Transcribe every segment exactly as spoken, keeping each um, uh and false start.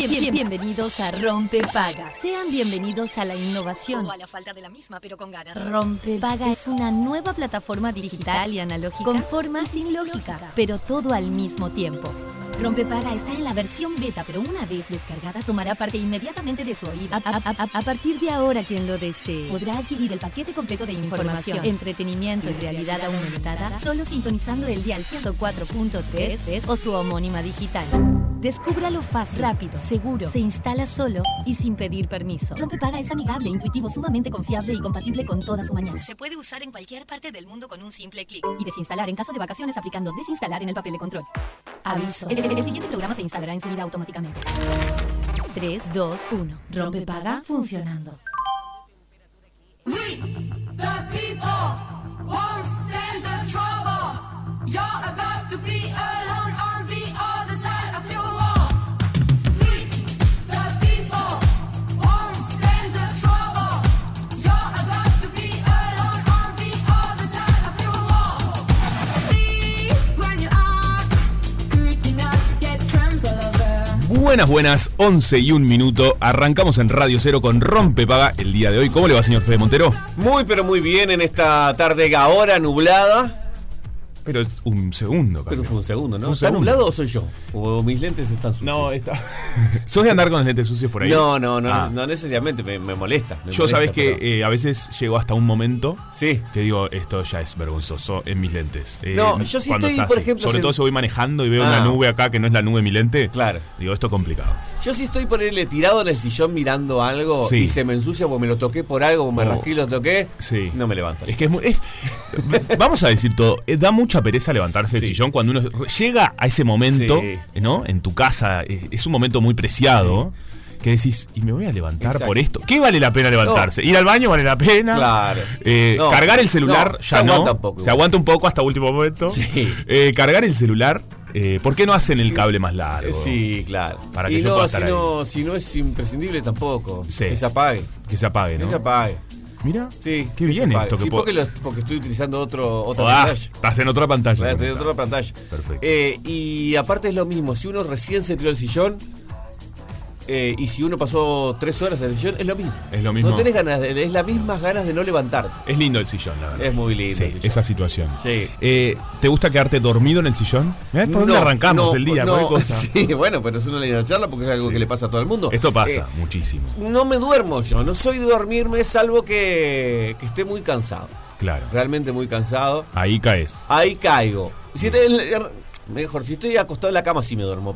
Bien, bien, bienvenidos a Rompepaga. Sean bienvenidos a la innovación o a la falta de la misma, pero con ganas. Rompepaga es una nueva plataforma digital y analógica con forma sin lógica, pero todo al mismo tiempo. Rompepaga está en la versión beta, pero una vez descargada tomará parte inmediatamente de su oído. A, a, a, a partir de ahora, quien lo desee podrá adquirir el paquete completo de información, entretenimiento y realidad aumentada solo sintonizando el dial ciento cuatro punto tres o su homónima digital. Descúbralo fácil, rápido, seguro, se instala solo y sin pedir permiso. Rompepaga es amigable, intuitivo, sumamente confiable y compatible con todas sus mañanas. Se puede usar en cualquier parte del mundo con un simple clic. Y desinstalar en caso de vacaciones aplicando desinstalar en el papel de control. Aviso. El, el, el siguiente programa se instalará en su vida automáticamente. tres, dos, uno. Rompepaga funcionando. We, the people, won't stand the trouble. You're about to be alone on the other side of your wall. We, the people, won't stand the trouble. You're about to be alone on the other side of your wall. Please, when you are good enough to get crumbs all over. Buenas, buenas, once y un minuto. Arrancamos en Radio Cero con Rompepaga el día de hoy. ¿Cómo le va, señor Fede Montero? Muy, pero muy bien en esta tarde ahora nublada. Pero un segundo, Pero Carlos. fue un segundo, ¿no? Un ¿Está segundo. nublado o soy yo? ¿O mis lentes están sucios? No, está. ¿Sos de andar con los lentes sucios por ahí? No, no, no, Ah. no necesariamente, me, me molesta. me Yo molesta, sabés que pero- eh, a veces llego hasta un momento Sí. que digo, esto ya es vergonzoso en mis lentes. Eh, No, yo sí cuando estoy, estás- por ejemplo, Sobre sen- todo si voy manejando y veo Ah. una nube acá que no es la nube de mi lente. Claro. Digo, esto es complicado. Yo sí estoy ponerle tirado en el sillón mirando algo Sí. y se me ensucia porque me lo toqué por algo, o me Oh. rasqué y lo toqué, Sí. no me levanto. Es que es muy. es- vamos a decir todo. eh, Da mucha pereza levantarse del Sí. sillón cuando uno llega a ese momento, Sí. ¿no? En tu casa. Es, es un momento muy preciado. Que decís, y me voy a levantar Exacto. por esto. ¿Qué vale la pena levantarse? Ir al baño vale la pena. Claro. Eh, No, cargar el celular no, ya se no. aguanta un poco Se igual. aguanta un poco hasta último momento. Sí. Eh, cargar el celular. Eh, ¿Por qué no hacen el cable más largo? Eh, Sí, claro. Para y que yo no, pueda si estar no, si no es imprescindible tampoco. Sí. Que se apague. Que se apague, Que ¿no? se apague. Mira. Sí. Qué que bien se apague. esto que Sí, puedo- porque, lo- porque estoy utilizando otro, otra Ah, pantalla. estás en otra pantalla. Claro, estoy en conectado. otra pantalla. Perfecto. Eh, y aparte es lo mismo, si uno recién se tiró el sillón eh, y si uno pasó tres horas en el sillón, es lo mismo. Es lo mismo. No tenés ganas, de, es las mismas ganas de no levantarte. Es lindo el sillón, la verdad. Es muy lindo. Sí, el sillón. esa situación. Sí. Eh, ¿Te gusta quedarte dormido en el sillón? Mirá por dónde No, arrancamos no, el día, no, cualquier cosa. Sí, bueno, pero es una linda charla porque es algo Sí. que le pasa a todo el mundo. Esto pasa Eh, muchísimo. no me duermo yo, no soy de dormirme, salvo que, que esté muy cansado. Claro. Realmente muy cansado. Ahí caes. Ahí caigo. Si te- mejor, si estoy acostado en la cama sí me duermo,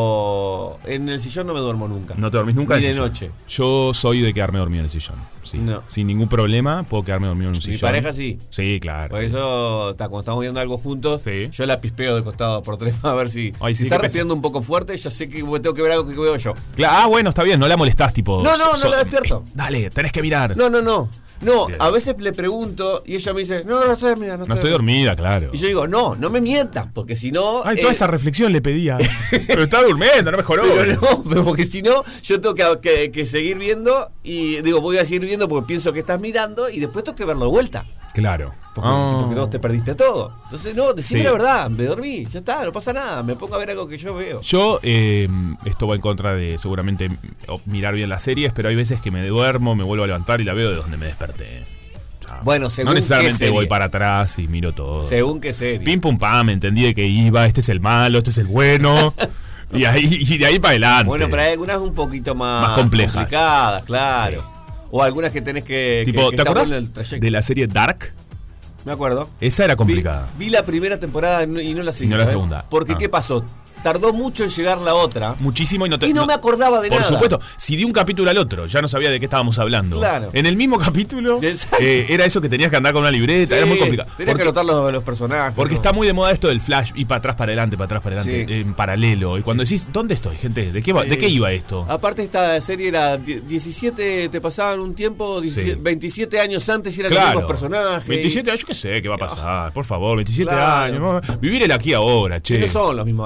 pero en el sillón no me duermo nunca. ¿No te dormís nunca? Ni en el de sillón? noche. Yo soy de quedarme dormido en el sillón. Sí. No. Sin ningún problema, puedo quedarme dormido en un Mi sillón. pareja sí. Sí, claro. Por eso, está, cuando estamos viendo algo juntos, Sí. yo la pispeo de costado por tres a ver si, Ay, si sí, está qué pesa. respirando un poco fuerte, ya sé que tengo que ver algo que veo yo. Cla- Ah, bueno, está bien, no la molestás, tipo. No, no, no so- la despierto. eh, dale, tenés que mirar. No, no, no. No, Bien. a veces le pregunto y ella me dice, no, no estoy dormida, no No estoy, estoy dormida, claro. Y yo digo, no, no me mientas, porque si no... Ay, toda eh, esa reflexión le pedía. Pero estaba durmiendo, no me joró. Pero no, pero porque si no, yo tengo que, que- que seguir viendo y digo, voy a seguir viendo porque pienso que estás mirando y después tengo que verlo de vuelta. Claro. Porque, Ah. porque vos te perdiste todo. Entonces, no, decime Sí. la verdad, me dormí, ya está, no pasa nada, me pongo a ver algo que yo veo. Yo, eh, esto va en contra de seguramente o mirar bien las series, pero hay veces que me duermo, me vuelvo a levantar y la veo de donde me desperté. O sea, Bueno, según no qué necesariamente serie. voy para atrás y miro todo. Según qué serie. Pim pum pam, entendí de que iba, este es el malo, este es el bueno. y ahí y de ahí para adelante. Bueno, pero hay algunas un poquito más, Más complejas. complicadas, claro. Sí. O algunas que tenés que... que- Tipo, que ¿te está acordás bueno el trayecto. de la serie Dark? Me acuerdo. Esa era Vi, complicada. vi la primera temporada y no y no la segunda. Y no la ¿sabes? segunda. Porque, Ah. ¿qué pasó? Tardó mucho en llegar la otra. Muchísimo y no te. Y no me acordaba de por nada. Por supuesto, si de un capítulo al otro ya no sabía de qué estábamos hablando. Claro. En el mismo capítulo Exacto. eh, era eso que tenías que andar con una libreta, Sí, era muy complicado. Tenías Porque- que anotar los, los personajes. Porque ¿no? está muy de moda esto del flash y para atrás, para adelante, para atrás, para adelante, Sí. en paralelo. Y cuando decís, ¿dónde estoy, gente? ¿De qué, va- Sí. ¿de qué iba esto? Aparte esta serie era die- diecisiete, te pasaban un tiempo, diecisiete, Sí. veintisiete años antes y eran los Claro. mismos personajes. veintisiete años, yo qué sé qué va a pasar. Por favor, veintisiete Claro. años. Vivir el aquí ahora, Y che. no son los mismos actores.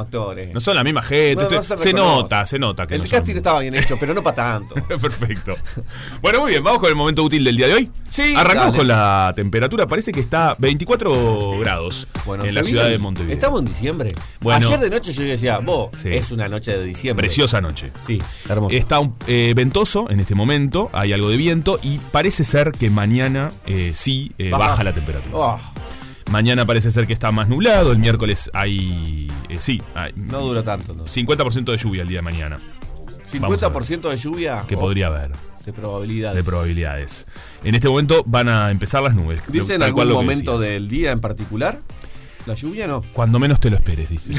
No son la misma gente. No, no Usted- se se, reconoce. nota, se nota que El no son- casting estaba bien hecho, pero no para tanto. Perfecto. Bueno, muy bien, vamos con el momento útil del día de hoy. Sí, Arrancamos dale. con la temperatura. Parece que está veinticuatro grados Bueno, en se la ciudad viene- de Montevideo. Estamos en diciembre. Bueno. Ayer de noche yo decía, vos, Sí. es una noche de diciembre. Preciosa noche. Sí, hermoso. Está un- eh, ventoso en este momento, hay algo de viento y parece ser que mañana eh, sí eh, Baja. baja la temperatura. Oh, Mañana parece ser que está más nublado, el miércoles hay, eh, sí, hay no dura tanto, ¿no? cincuenta por ciento de lluvia el día de mañana, cincuenta por ciento de lluvia. que oh, podría haber, De probabilidades. de probabilidades. En este momento van a empezar las nubes. ¿Dice en tal cual algún lo que momento decías. del día en particular? ¿La lluvia no? Cuando menos te lo esperes, dice.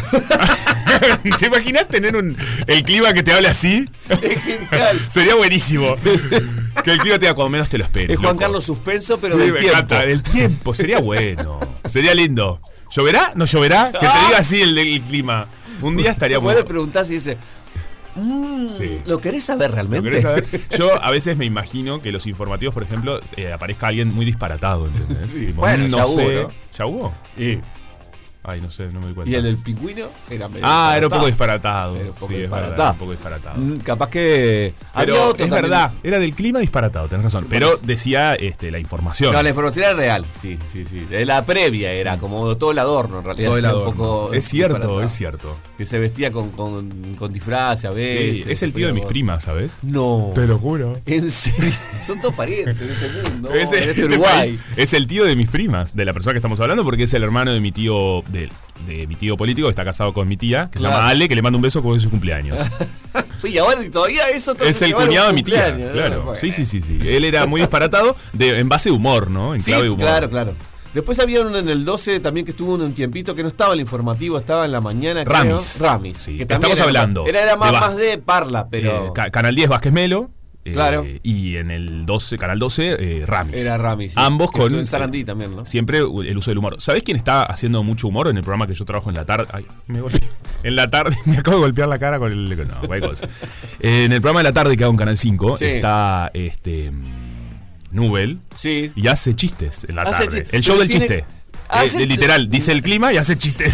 ¿Te imaginas tener un, el clima que te hable así? Es genial. Sería buenísimo. Que el clima te diga cuando menos te lo esperes. Es Juan loco. Carlos suspenso, pero Sí, del me tiempo. encanta, del tiempo, sería bueno. Sería lindo. ¿Lloverá? ¿No lloverá? Que te Ah. diga así el, el clima. Un día estaría Se puede bueno. preguntar si dice, mm, Sí. ¿lo querés saber ¿Lo realmente? querés saber? Yo a veces me imagino que los informativos, por ejemplo, eh, aparezca alguien muy disparatado, ¿entendés? Sí, Tipo, bueno, no ya hubo, sé. ¿no? ¿Ya hubo? Y, Ay, no sé, no me di cuenta. y el del pingüino era medio Ah, era un poco disparatado. disparatado. Era un poco sí, es disparatado. verdad, era un poco disparatado. Mm, Capaz que había Pero otro es también. verdad, era del clima disparatado, tenés razón. Pero decía este, la información. No, la información era real, sí, sí, sí. De la previa era como todo el adorno en realidad. Todo el era un adorno. poco Es cierto, disparatado. es cierto. Que se vestía con, con, con disfraz a veces. Sí, es el tío de mis pero- primas, ¿sabes? No. Te lo juro. En serio. Son todos parientes en este mundo. Es, en el- este este Uruguay. país. Es el tío de mis primas, de la persona que estamos hablando, porque es el hermano de mi tío, de, de mi tío político, que está casado con mi tía, que se Claro. llama Ale, que le mando un beso como es su cumpleaños. Y ahora todavía eso te Es hace el llevar un cuñado de mi tía, cumpleaños, ¿no? claro. Bueno. Sí, sí, sí, sí. Él era muy disparatado de, en base de humor, ¿no? En Sí, clave de humor. claro, claro. Después había uno en el doce también que estuvo un tiempito que no estaba en el informativo, estaba en la mañana. creo. Ramis. Ramis. Sí. Que también Estamos era- hablando Era, era más, de Ba- más de Parla, pero. Eh, Ca- Canal diez, Vázquez Melo. eh, Claro. Y en el doce, Canal doce, eh, Ramis. Era Ramis. sí. Ambos Que con. estuvo en Sarandí también, ¿no? Siempre el uso del humor. ¿Sabés quién está haciendo mucho humor en el programa que yo trabajo en la tarde? Ay, me golpeé. En la tarde, me acabo de golpear la cara con el. No, cualquier cosa. En el programa de la tarde que hago en Canal cinco Sí. está este. mm, Nubel. Sí. Y hace chistes en la Hace tarde. chi- El show pero del tiene- chiste. hace Eh, de- chi- literal, dice el clima y hace chistes.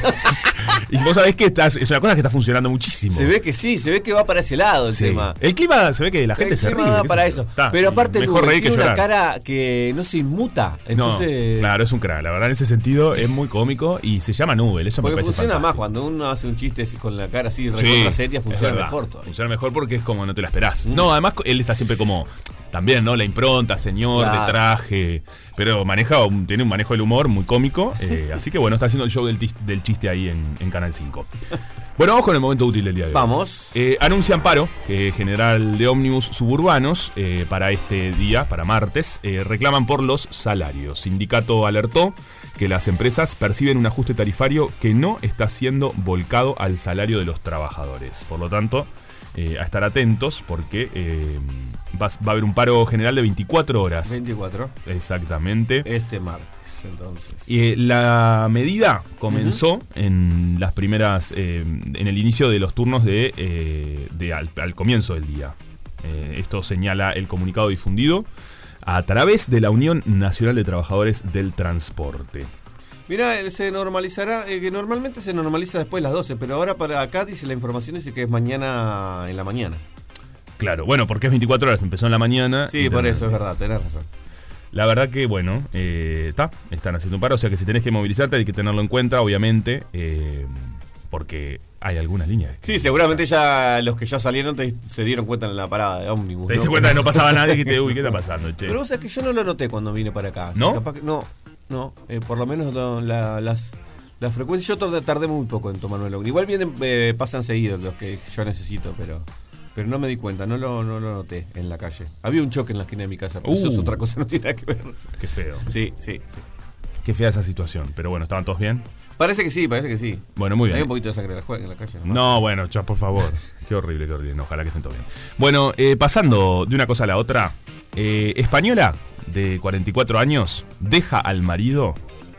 Y vos sabés que está, es una cosa que está funcionando muchísimo. Se ve que sí, se ve que va para ese lado el Sí. tema. El clima se ve que la gente El se clima ríe. da qué para sé eso. yo. Está, Pero aparte mejor Nubel reír que tiene una llorar. cara que no se inmuta. Entonces, No, claro, es un crack. La verdad, en ese sentido es muy cómico y se llama Nubel. Eso me porque parece funciona más fantástico. cuando uno hace un chiste así con la cara así Sí, recontra seria, es funciona verdad. mejor todavía. Funciona mejor porque es como no te la esperás. Mm. No, además él está siempre como. También, ¿no? La impronta, señor, Claro. de traje. Pero maneja, un- tiene un manejo del humor muy cómico. eh, así que bueno, está haciendo el show del, tis- del chiste ahí en, en Canal cinco. Bueno, vamos con el momento útil del día de hoy. Vamos. Eh, anuncian paro eh, general de ómnibus suburbanos eh, para este día, para martes. Eh, reclaman por los salarios. Sindicato alertó que las empresas perciben un ajuste tarifario que no está siendo volcado al salario de los trabajadores. Por lo tanto, eh, a estar atentos porque eh, va, va a haber un paro general de veinticuatro horas. veinticuatro. Exactamente. Este martes, entonces. Y eh, la medida comenzó en las primeras, eh, en el inicio de los turnos de, eh, de al, al comienzo del día. Eh, esto señala el comunicado difundido a través de la Unión Nacional de Trabajadores del Transporte. Mira, se normalizará, eh, que normalmente se normaliza después de las doce, pero ahora para acá dice la información dice que es mañana en la mañana. Claro, bueno, porque es veinticuatro horas, empezó en la mañana. Sí, y por termina- eso es verdad, tenés razón. La verdad que, bueno, está, están haciendo un paro, o sea que si tenés que movilizarte hay que tenerlo en cuenta, obviamente, eh, porque hay algunas líneas. que- Sí, seguramente ya los que ya salieron te- se dieron cuenta en la parada de ómnibus. Te diste ¿no? cuenta que no pasaba nadie y que te, uy, ¿qué está pasando, che? Pero vos sabés que yo no lo noté cuando vine para acá. ¿No? Capaz que- no, no. eh, por lo menos no, la- las, las frecuencias yo tardé, tardé muy poco en tomármelo. Igual vienen, eh, pasan seguidos los que yo necesito, pero pero no me di cuenta, no lo, no lo noté en la calle. Había un choque en la esquina de mi casa, pero eso Uh. es otra cosa, no tiene nada que ver. Qué feo. Sí, sí, sí. Qué fea esa situación. Pero bueno, ¿estaban todos bien? Parece que sí, parece que sí. Bueno, muy Hay bien. un poquito de sangre en la, jue- en la calle. nomás. No, bueno, chas, por favor. Qué horrible, qué horrible. No, ojalá que estén todos bien. Bueno, eh, pasando de una cosa a la otra. eh, española de cuarenta y cuatro años deja al marido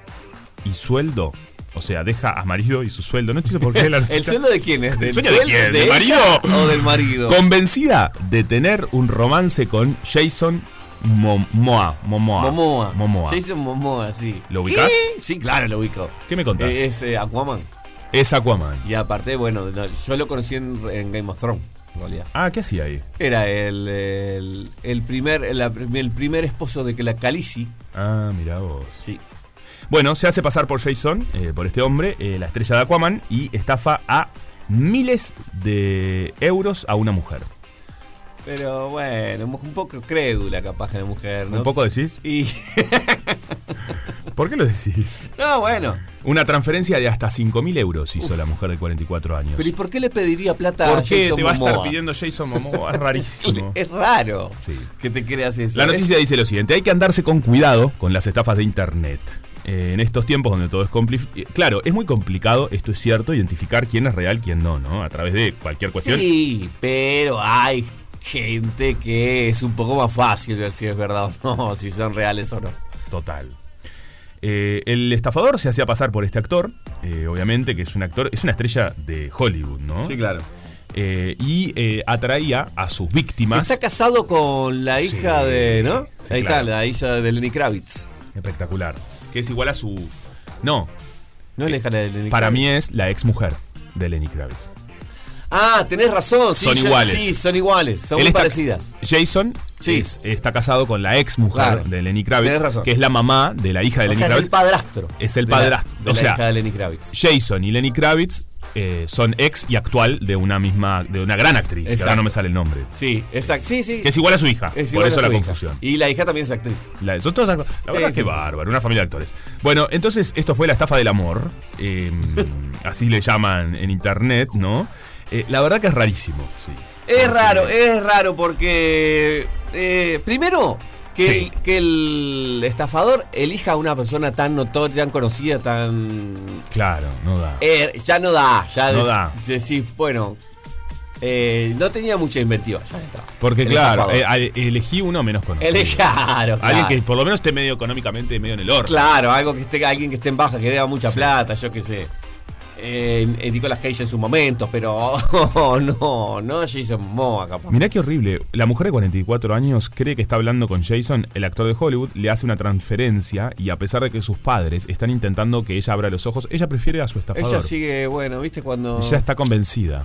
y sueldo. O sea, deja a marido y su sueldo. No entiendo por qué la ¿El sueldo de quién es? ¿Del sueldo de quién? ¿Del ella marido? o del marido? Convencida de tener un romance con Jason Momoa. Momoa. Momoa. Momoa. Jason Momoa, sí. ¿Lo ubicás? ¿Qué? Sí, claro, lo ubico. ¿Qué me contás? Eh, es eh, Aquaman. Es Aquaman. Y aparte, bueno, no, yo lo conocí en, en Game of Thrones, en realidad. Ah, ¿qué hacía ahí? Era el, el, el primer el, el primer esposo de que la Khaleesi. Ah, mirá vos. Sí. Bueno, se hace pasar por Jason, eh, por este hombre, eh, la estrella de Aquaman, y estafa a miles de euros a una mujer. Pero bueno, un poco crédula capaz que la mujer, ¿no? ¿Un poco decís? Y... ¿Por qué lo decís? No, bueno. Una transferencia de hasta cinco mil euros hizo Uf. la mujer de cuarenta y cuatro años. Pero ¿y por qué le pediría plata ¿Por a qué Jason te va Momoa? a estar pidiendo Jason Momoa? Es rarísimo. Es raro sí. que te creas eso. La noticia dice lo siguiente: hay que andarse con cuidado con las estafas de internet. Eh, en estos tiempos donde todo es complicado. Claro, es muy complicado, esto es cierto, identificar quién es real, quién no, ¿no? A través de cualquier cuestión. Sí, pero hay gente que es un poco más fácil ver si es verdad o no, si son reales o no. Total. Eh, el estafador se hacía pasar por este actor, eh, obviamente que es un actor, es una estrella de Hollywood, ¿no? Sí, claro. Eh, y eh, atraía a sus víctimas. Está casado con la hija sí, de, ¿no? Sí, Ahí claro. está, la hija de Lenny Kravitz. Espectacular. Que es igual a su... No. No es la hija de Lenny Para Kravitz. mí es la ex mujer de Lenny Kravitz. Ah, tenés razón. Sí, son yo, iguales. Sí, son iguales. Son Él muy está, parecidas. Jason sí. es, está casado con la ex mujer claro. de Lenny Kravitz, tenés razón. que es la mamá de la hija de o Lenny sea, Kravitz. Es el padrastro. Es el de la- padrastro. De o la sea, hija de Lenny Kravitz. Jason y Lenny Kravitz eh, son ex y actual de una misma, de una gran actriz, que ahora no me sale el nombre. Sí, exacto. Sí, sí. Que es igual a su hija. Es Por igual eso a la su hija. confusión. Y la hija también es actriz. La, son todos, la verdad sí, que sí, bárbaro, una familia de actores. Bueno, entonces esto fue la estafa del amor. Eh, así le llaman en internet, ¿no? Eh, la verdad que es rarísimo, sí. Es Porque- raro, es raro porque eh, primero que, Sí. el, que el estafador elija a una persona tan notoria, tan conocida, tan Claro, no da. eh, ya no da, ya No des- da. decís, bueno, eh, no tenía mucha inventiva ya de entrada. Porque El claro, estafador. eh, al- elegí uno menos conocido. Ele- claro, Alguien claro. que por lo menos esté medio económicamente, medio en el horno. Claro, algo que esté, alguien que esté en baja, que deba mucha Sí. plata, yo qué sé. Eh, eh, Nicolas Cage en su momento, pero no, no Jason Momoa capaz. Mirá qué horrible. La mujer de cuarenta y cuatro años cree que está hablando con Jason, el actor de Hollywood, le hace una transferencia y a pesar de que sus padres están intentando que ella abra los ojos, ella prefiere a su estafador. Ella sigue, bueno, ¿viste cuando...? Ya está convencida.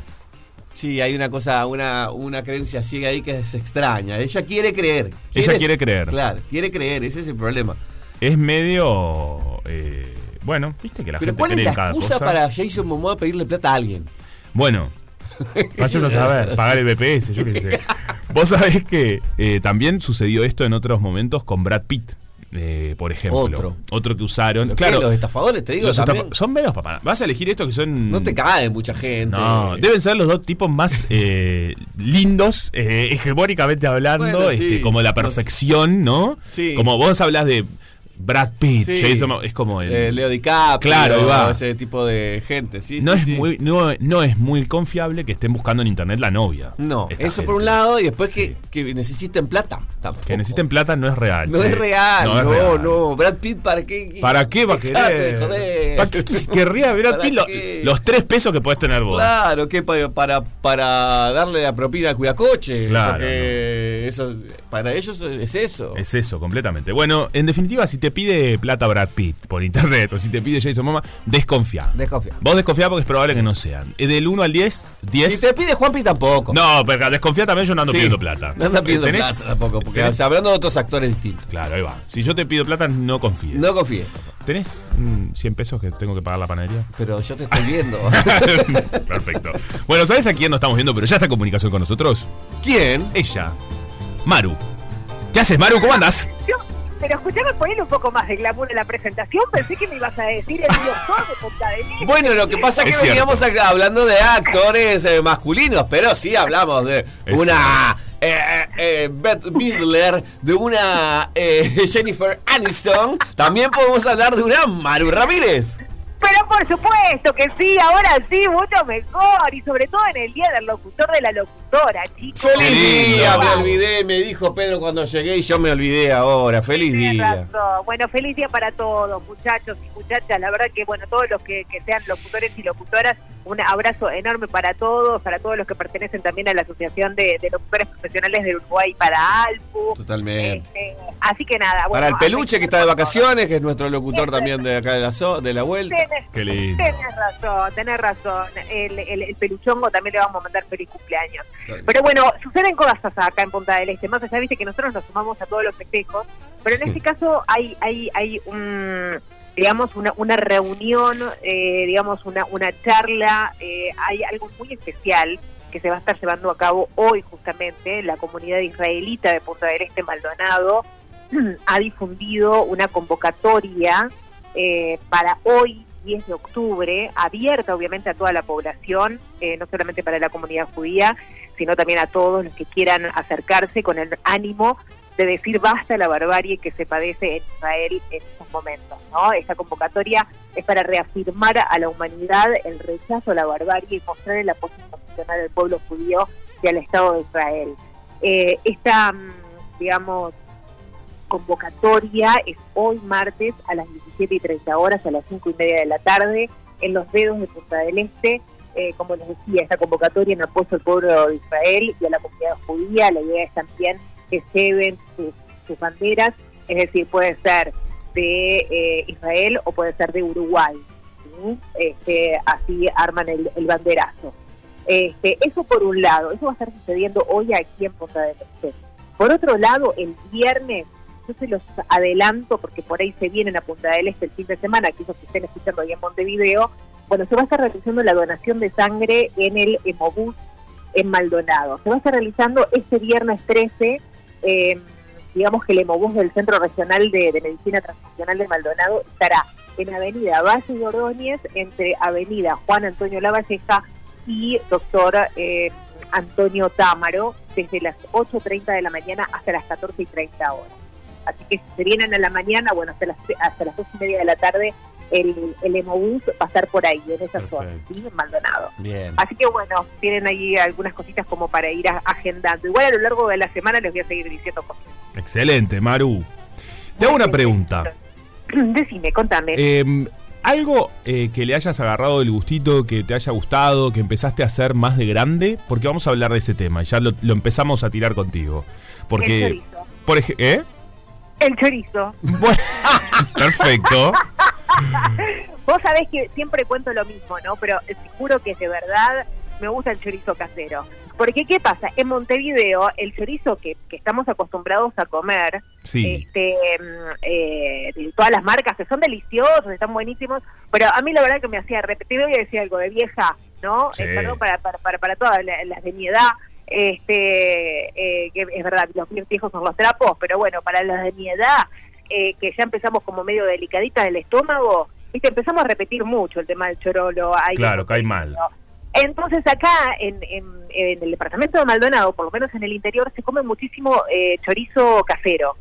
Sí, hay una cosa, una, una creencia ciega ahí que es extraña. Ella quiere creer. Ella quiere creer. Claro, quiere creer, ese es el problema. Es medio... eh, bueno, viste que la Pero gente ¿cuál es cree la en cada excusa cosa. para Jason Momoa pedirle plata a alguien? Bueno, vaya uno a saber, pagar el B P S, yo qué sé. Vos sabés que eh, también sucedió esto en otros momentos con Brad Pitt, eh, por ejemplo. Otro. Otro que usaron. ¿Lo Claro, qué? Los estafadores, te digo, los también. estafa- son medios papá. Vas a elegir estos que son... No te cae mucha gente. No, deben ser los dos tipos más eh, lindos, eh, hegemónicamente hablando, Bueno, sí. este, como la perfección, ¿no? Sí. Como vos hablas de Brad Pitt, Sí. Jason Mo- es como el... Eh, Leo DiCaprio, Claro, ahí va. ese tipo de gente, sí, no, sí, es sí. muy, no, no es muy confiable que estén buscando en internet la novia. No, esta eso gente. por un lado, y después que, Sí. que necesiten plata. Tampoco. Que necesiten plata no es real. No che. es real, no, es no, real. Brad Pitt, ¿para qué? ¿Para qué va a Dejate querer? de joder. ¿Para qué querría Brad ¿Para Pitt lo- qué? los tres pesos que podés tener vos? Claro, que para, para, para darle la propina al cuidacoche. Claro, Porque eso, para ellos es eso. Es eso, completamente. Bueno, en definitiva, si te pide plata Brad Pitt por internet o si te pide Jason Momoa, desconfía. Desconfía. Vos desconfía porque es probable que no sean. Eh, Del uno al diez, diez. Si te pide Juanpi tampoco. No, pero desconfía también, yo no ando Sí, pidiendo plata. No anda pidiendo ¿Tenés- plata tampoco, porque tenés- o sea, hablando de otros actores distintos. Claro, ahí va. Si yo te pido plata, no confíes. No confíes, ¿Tenés mm, cien pesos que tengo que pagar la panadería? pero yo te estoy viendo. Perfecto. Bueno, ¿sabes a quién no estamos viendo? Pero ya está en comunicación con nosotros. ¿Quién? Ella, Maru. ¿Qué haces, Maru? ¿Cómo andás? Yo, pero escuchame, ponle un poco más de glamour en la presentación. Pensé que me ibas a decir el director de Punta de Nieve. Bueno, lo que pasa es que Es cierto. veníamos a- hablando de actores eh, masculinos, pero sí hablamos de Es una eh, eh, Bette Midler, de una eh, Jennifer Aniston. También podemos hablar de una Maru Ramírez. Pero por supuesto que sí, ahora sí, mucho mejor. Y sobre todo en el día del locutor de la locutora, chicos. ¡Feliz lindo. día! Me olvidé, me dijo Pedro cuando llegué y yo me olvidé ahora. ¡Feliz Tienes día! razón. Bueno, feliz día para todos, muchachos y muchachas. La verdad que, bueno, todos los que, que sean locutores y locutoras, un abrazo enorme para todos, para todos los que pertenecen también a la Asociación de, de Locutores Profesionales del Uruguay, para Alpu. Totalmente. Este, así que nada. Para bueno, el Peluche, que está de vacaciones, que es nuestro locutor también de acá de la, so, de la vuelta. Tenés, Qué lindo. tenés razón, tenés razón. El, el, el peluchongo también le vamos a mandar feliz cumpleaños. Claro. Pero bueno, suceden cosas acá en Punta del Este. Más allá, viste que nosotros nos sumamos a todos los festejos, pero en Sí. este caso hay hay hay un, digamos, una, una reunión, eh, digamos, una, una charla, eh, hay algo muy especial que se va a estar llevando a cabo hoy justamente. La comunidad israelita de Punta del Este, Maldonado, ha difundido una convocatoria eh, para hoy, diez de octubre, abierta obviamente a toda la población, eh, no solamente para la comunidad judía, sino también a todos los que quieran acercarse con el ánimo de decir basta a la barbarie que se padece en Israel en estos momentos, ¿no? Esta convocatoria es para reafirmar a la humanidad el rechazo a la barbarie y mostrar el apoyo incondicional del pueblo judío y al Estado de Israel. Eh, esta, digamos, convocatoria es hoy martes a las diecisiete y treinta horas, a las cinco y media de la tarde, en los dedos de Punta del Este. Eh, como les decía, esta convocatoria en apoyo al pueblo de Israel y a la comunidad judía. La idea es también que lleven sus, sus banderas, es decir, puede ser de eh, Israel o puede ser de Uruguay, ¿sí? Este, así arman el, el banderazo. Este, eso por un lado, eso va a estar sucediendo hoy aquí en Punta del Este. Por otro lado, el viernes, yo se los adelanto porque por ahí se vienen a Punta del Este el fin de semana, aquellos que estén escuchando ahí en Montevideo. Bueno, se va a estar realizando la donación de sangre en el Hemobús en Maldonado. Se va a estar realizando este viernes trece, eh, digamos que el Hemobús del Centro Regional de, de Medicina Transfusional de Maldonado estará en Avenida Valle de Ordóñez, entre Avenida Juan Antonio Lavalleja y Doctor eh, Antonio Támaro, desde las ocho treinta de la mañana hasta las catorce y treinta horas. Así que si se vienen a la mañana, bueno, hasta las, hasta las dos y media de la tarde, el, el Hemobús va a estar por ahí, en esa Perfecto. zona, ¿sí? En Maldonado. Bien. Así que bueno, tienen ahí algunas cositas como para ir a, agendando. Igual a lo largo de la semana les voy a seguir diciendo cosas. Excelente, Maru. Te hago una pregunta. Decime, contame. Eh, ¿Algo eh, que le hayas agarrado el gustito, que te haya gustado, que empezaste a hacer más de grande? Porque vamos a hablar de ese tema y ya lo, lo empezamos a tirar contigo. Porque, El chorizo. por ej- ¿eh? El chorizo. Bueno, perfecto. Vos sabés que siempre cuento lo mismo, ¿no? Pero te juro que de verdad me gusta el chorizo casero. Porque, ¿qué pasa? En Montevideo, el chorizo que, que estamos acostumbrados a comer, Sí. este, eh, de todas las marcas, que son deliciosos, están buenísimos, pero a mí la verdad que me hacía repetir, voy a decir algo de vieja, ¿no? Sí. Eh, perdón, para, para, para, para todas las, las de mi edad, este, eh, que es verdad, los viejos son los trapos, pero bueno, para las de mi edad, eh, que ya empezamos como medio delicaditas del estómago, viste, empezamos a repetir mucho el tema del chorolo. Ahí Claro, cae mal. Entonces acá en, en, en el departamento de Maldonado, por lo menos en el interior, se come muchísimo eh, chorizo casero.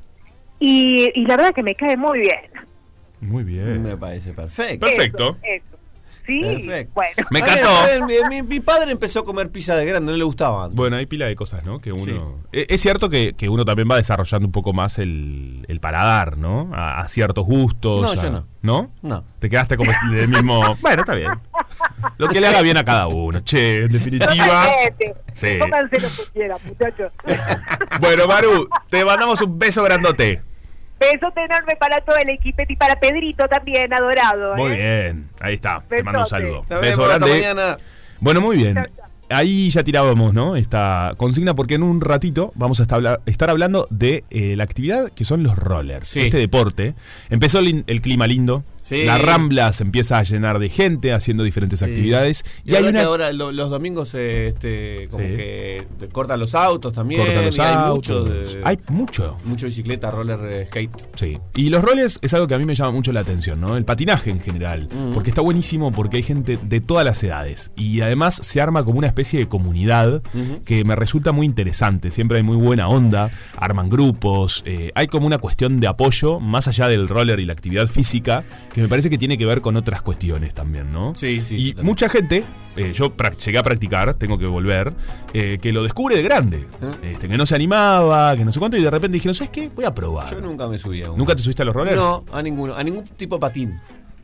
Y, y la verdad que me cae muy bien. Muy bien. Me parece perfecto. Perfecto. Eso, eso. Sí, Perfecto. bueno. Me Está bien, encantó. está bien. Mi, mi- mi padre empezó a comer pizza de grande, no le gustaba antes. Bueno, hay pila de cosas, ¿no? Que uno. Eh, Es cierto que, que uno también va desarrollando un poco más el, el paladar, ¿no? A, a ciertos gustos. No, a- yo no. ¿No? No. Te quedaste como del mismo. Bueno, está bien. Lo que le haga bien a cada uno. Che, en definitiva. Totalmente. Sí. Pónganse lo que quieran, muchachos. Bueno, Maru, te mandamos un beso grandote. Besote enorme para todo el equipete y para Pedrito también, adorado. Muy ¿eh? bien. Ahí está. Te mando un Besote. saludo. Nos Beso vemos, hasta grande. mañana. Bueno, muy bien. Chao, chao. Ahí ya tirábamos, ¿no? Esta consigna porque en un ratito vamos a estar, habla- estar hablando de eh, la actividad que son los rollers. Sí. Este deporte. Empezó el, el clima lindo. Sí. La Rambla se empieza a llenar de gente haciendo diferentes actividades. Y, Y, hay ahora una... que ahora lo- los domingos eh, este, como Sí. que te cortan los autos también. Cortan los y hay autos. mucho de, Hay mucho. mucho bicicleta, roller, eh, skate. Sí. Y los rollers es algo que a mí me llama mucho la atención, ¿no? El patinaje en general. Mm. Porque está buenísimo porque hay gente de todas las edades. Y además se arma como una especie de comunidad Ujú. que me resulta muy interesante. Siempre hay muy buena onda. Arman grupos. eh, hay como una cuestión de apoyo más allá del roller y la actividad física que me parece que tiene que ver con otras cuestiones también, ¿no? Sí, sí, Y totalmente. mucha gente, eh, yo prac- llegué a practicar, tengo que volver, eh, que lo descubre de grande. ¿Eh? Este, que no se animaba, que no sé cuánto, y de repente dijeron, ¿sabes qué? Voy a probar. Yo nunca me subí a uno. ¿Nunca te subiste a los rollers? No, a ninguno, a ningún tipo de patín.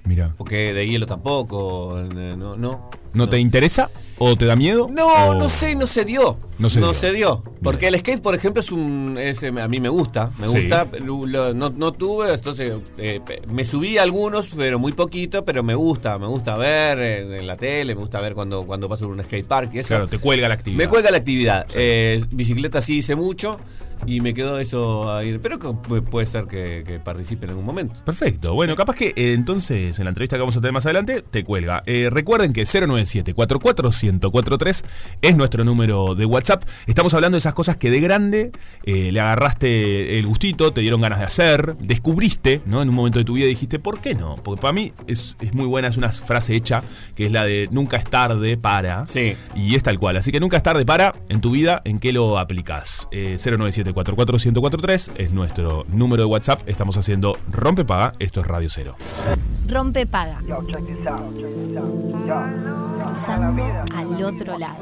Mirá. Porque de hielo tampoco, no, no. ¿No, no. te interesa o te da miedo? No, o... no sé, no se dio. No se no dio. se dio. Porque Bien. el skate, por ejemplo, es un. Es, a mí me gusta. Me Sí. gusta. Lo, lo, no, no tuve, entonces. Eh, me subí a algunos, pero muy poquito. Pero me gusta. Me gusta ver en, en la tele. Me gusta ver cuando, cuando paso por un skate park y eso. Claro, te cuelga la actividad. Me cuelga la actividad. Sí. Eh, bicicleta sí hice mucho. Y me quedó eso a ir. Pero que puede ser que, que participe en algún momento. Perfecto. Bueno, capaz que eh, entonces en la entrevista que vamos a tener más adelante te cuelga. Eh, recuerden que cero nueve siete, cuatro cuatro cero cero cuatro tres es nuestro número de WhatsApp. Estamos hablando de esas cosas que de grande eh, le agarraste el gustito, te dieron ganas de hacer, descubriste, ¿no? En un momento de tu vida dijiste, ¿por qué no? Porque para mí es, es muy buena, es una frase hecha, que es la de nunca es tarde para. Sí. Y es tal cual. Así que nunca es tarde para en tu vida, ¿en qué lo aplicás? Eh, cero nueve siete, cuatro cuatro cero cero cuatro tres es nuestro número de WhatsApp. Estamos haciendo Rompe Paga. Esto es Radio Cero. Rompe paga. Cruzando al otro lado.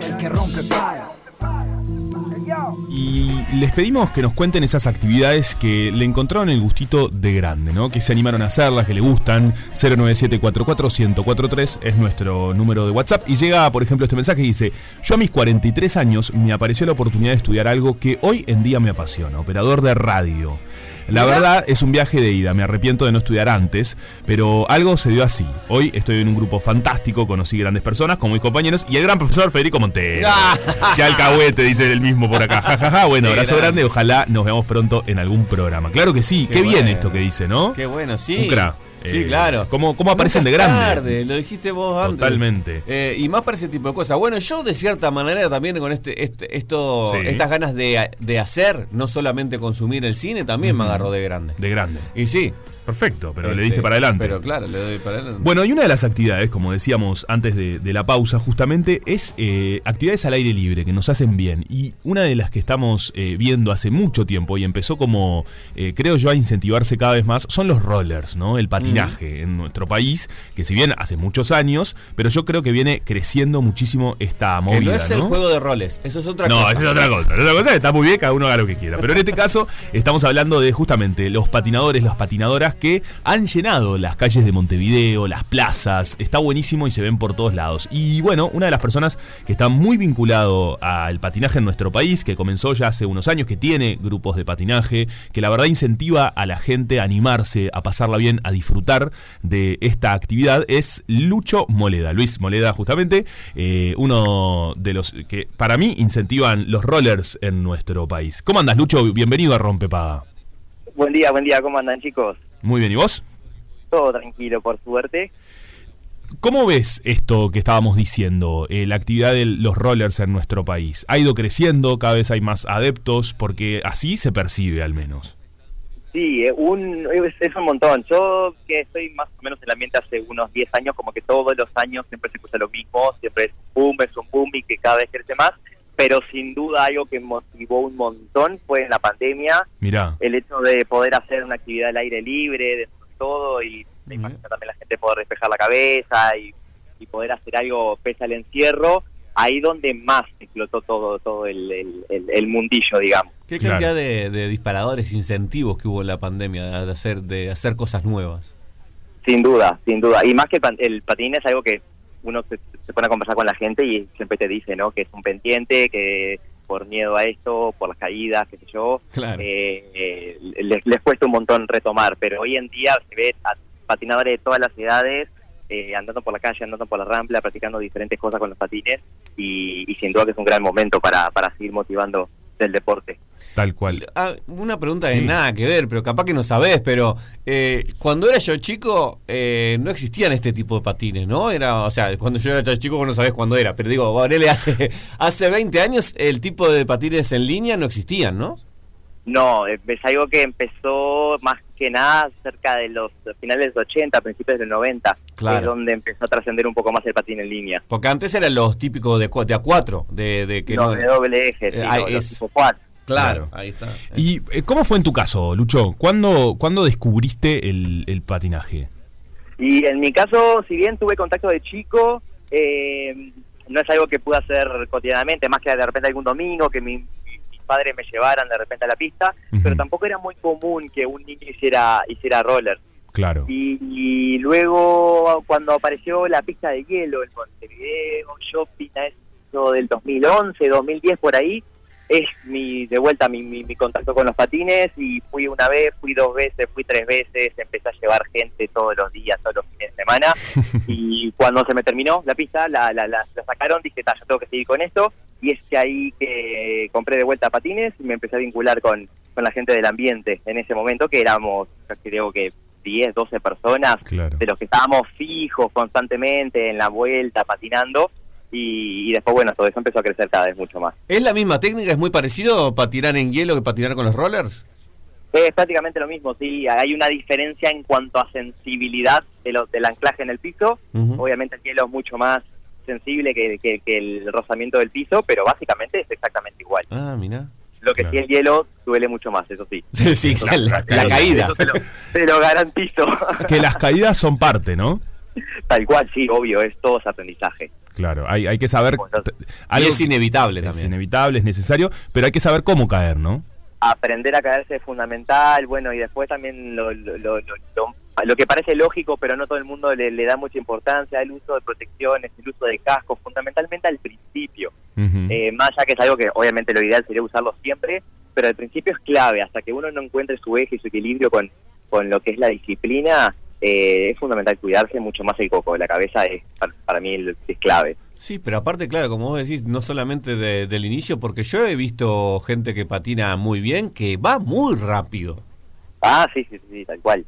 Y les pedimos que nos cuenten esas actividades que le encontraron el gustito de grande, ¿no? Que se animaron a hacerlas, que le gustan. cero nueve siete, cuatro cuatro cero cero cuatro tres es nuestro número de WhatsApp. Y llega, por ejemplo, este mensaje que dice: yo a mis cuarenta y tres años me apareció la oportunidad de estudiar algo que hoy en día me apasiona, operador de radio. La verdad es un viaje de ida, me arrepiento de no estudiar antes, pero algo se dio así. Hoy estoy en un grupo fantástico, conocí grandes personas como mis compañeros y el gran profesor Federico Montero. Que alcahuete, dice él mismo por acá. Ja, ja, ja. Bueno, Qué abrazo grande. grande, ojalá nos veamos pronto en algún programa. Claro que sí, qué, Qué bien bueno. esto que dice, ¿no? Qué bueno, sí. Un crack. Sí, Eh, claro. ¿Cómo, cómo aparecen Nunca de es grande? tarde, lo dijiste vos antes. Totalmente. Eh, y más para ese tipo de cosas. Bueno, yo de cierta manera también con este, este esto, Sí. estas ganas de, de hacer, no solamente consumir el cine, también me agarró de grande. De grande. Y sí. Perfecto, pero le Este, diste para adelante. Pero claro, le doy para adelante. Bueno, y una de las actividades, como decíamos antes de, de la pausa, justamente es eh, actividades al aire libre que nos hacen bien. Y una de las que estamos eh, viendo hace mucho tiempo y empezó como, eh, creo yo, a incentivarse cada vez más, son los rollers, ¿no? El patinaje en nuestro país, que si bien hace muchos años, pero yo creo que viene creciendo muchísimo esta movida, que no es el ¿no? juego de roles, eso es otra No, cosa. esa es otra cosa. Esa es otra cosa, está muy bien, cada uno haga lo que quiera. Pero en este caso estamos hablando de justamente los patinadores, las patinadoras que han llenado las calles de Montevideo, las plazas. Está buenísimo y se ven por todos lados. Y bueno, una de las personas que está muy vinculado al patinaje en nuestro país, que comenzó ya hace unos años, que tiene grupos de patinaje, que la verdad incentiva a la gente a animarse, a pasarla bien, a disfrutar de esta actividad, es Lucho Moleda. Luis Moleda, justamente, eh, uno de los que para mí incentivan los rollers en nuestro país. ¿Cómo andas, Lucho? Bienvenido a Rompepaga. Buen día, buen día, ¿cómo andan, chicos? Muy bien, ¿y vos? Todo tranquilo, por suerte. ¿Cómo ves esto que estábamos diciendo, eh, la actividad de los rollers en nuestro país? ¿Ha ido creciendo? ¿Cada vez hay más adeptos? Porque así se percibe, al menos. Sí, eh, un, es, es un montón. Yo que estoy más o menos en el ambiente hace unos diez años, como que todos los años siempre se escucha lo mismo, siempre es boom, es un boom y que cada vez crece más. Pero sin duda algo que motivó un montón fue en la pandemia. Mirá. El hecho de poder hacer una actividad al aire libre, de todo, y me imagino también la gente poder despejar la cabeza y, y poder hacer algo pese al encierro, ahí donde más explotó todo todo el, el, el, el mundillo, digamos. ¿Qué Claro. cantidad de, de disparadores, incentivos que hubo en la pandemia de hacer, de hacer cosas nuevas? Sin duda, sin duda. Y más que el, pan- el patín es algo que uno se, se pone a conversar con la gente y siempre te dice, ¿no? Que es un pendiente, que por miedo a esto, por las caídas, qué sé yo, Claro. eh, eh, les, les cuesta un montón retomar. Pero hoy en día se ve a patinadores de todas las edades eh, andando por la calle, andando por la rampla, practicando diferentes cosas con los patines y, y sin duda que es un gran momento para, para seguir motivando del deporte. Tal cual. Ah, una pregunta Sí. de nada que ver, pero capaz que no sabés, pero eh, cuando era yo chico eh, no existían este tipo de patines, ¿no? Era, o sea, cuando yo era yo chico vos no sabés cuándo era, pero digo, ponele, hace, hace veinte años el tipo de patines en línea no existían, ¿no? No, eh, es algo que empezó más que nada cerca de los finales de los ochenta, principios de los noventa, Claro. es donde empezó a trascender un poco más el patín en línea. Porque antes eran los típicos de, cua- de A cuatro, de, de que no, no... de doble eje, sí, Eh, ah, los- los es- tipo quad. Claro, ahí está. ¿Y eh, cómo fue en tu caso, Lucho? ¿Cuándo, ¿cuándo descubriste el, el patinaje? Y en mi caso, si bien tuve contacto de chico, eh, no es algo que pude hacer cotidianamente, más que de repente algún domingo, que mi, mi- mis padres me llevaran de repente a la pista, Ujú. pero tampoco era muy común que un niño hiciera hiciera roller. Claro. Y, y luego cuando apareció la pista de hielo en Montevideo, yo pina eso del dos mil once, dos mil diez por ahí, es mi de vuelta mi, mi, mi contacto con los patines, y fui una vez, fui dos veces, fui tres veces, empecé a llevar gente todos los días, todos los fines de semana, y cuando se me terminó la pista, la, la, la, la sacaron, dije, ta, yo tengo que seguir con esto, y es que ahí que compré de vuelta patines y me empecé a vincular con, con la gente del ambiente en ese momento, que éramos, creo que diez, doce personas, Claro. de los que estábamos fijos constantemente en la vuelta, patinando, y, y después, bueno, todo eso empezó a crecer cada vez mucho más. ¿Es la misma técnica? ¿Es muy parecido patinar en hielo que patinar con los rollers? Es prácticamente lo mismo, sí, hay una diferencia en cuanto a sensibilidad de lo, del anclaje en el piso. Uh-huh. Obviamente el hielo es mucho más sensible que, que, que el rozamiento del piso, pero básicamente es exactamente igual. Ah, mirá. Lo que Claro. sí, el hielo duele mucho más, eso sí. Sí, Eso- la, la- la caída. Eso te lo, te lo garantizo. Que las caídas son parte, ¿no? Tal cual, sí, obvio, es todo ese aprendizaje. Claro, hay, hay que saber... Bueno, t- Y algo es que- inevitable es también. inevitable, es necesario, pero hay que saber cómo caer, ¿no? Aprender a caerse es fundamental, bueno, y después también lo, lo, lo, lo, lo- lo que parece lógico, pero no todo el mundo le, le da mucha importancia, el uso de protecciones, el uso de cascos, fundamentalmente al principio. Ujú. Eh, más allá que es algo que obviamente lo ideal sería usarlo siempre, pero al principio es clave, hasta que uno no encuentre su eje y su equilibrio con, con lo que es la disciplina, eh, es fundamental cuidarse mucho más el coco, la cabeza es para, para mí el- es clave. Sí, pero aparte, claro, como vos decís, no solamente de- del inicio, porque yo he visto gente que patina muy bien, que va muy rápido. Ah, sí, sí, sí, tal cual.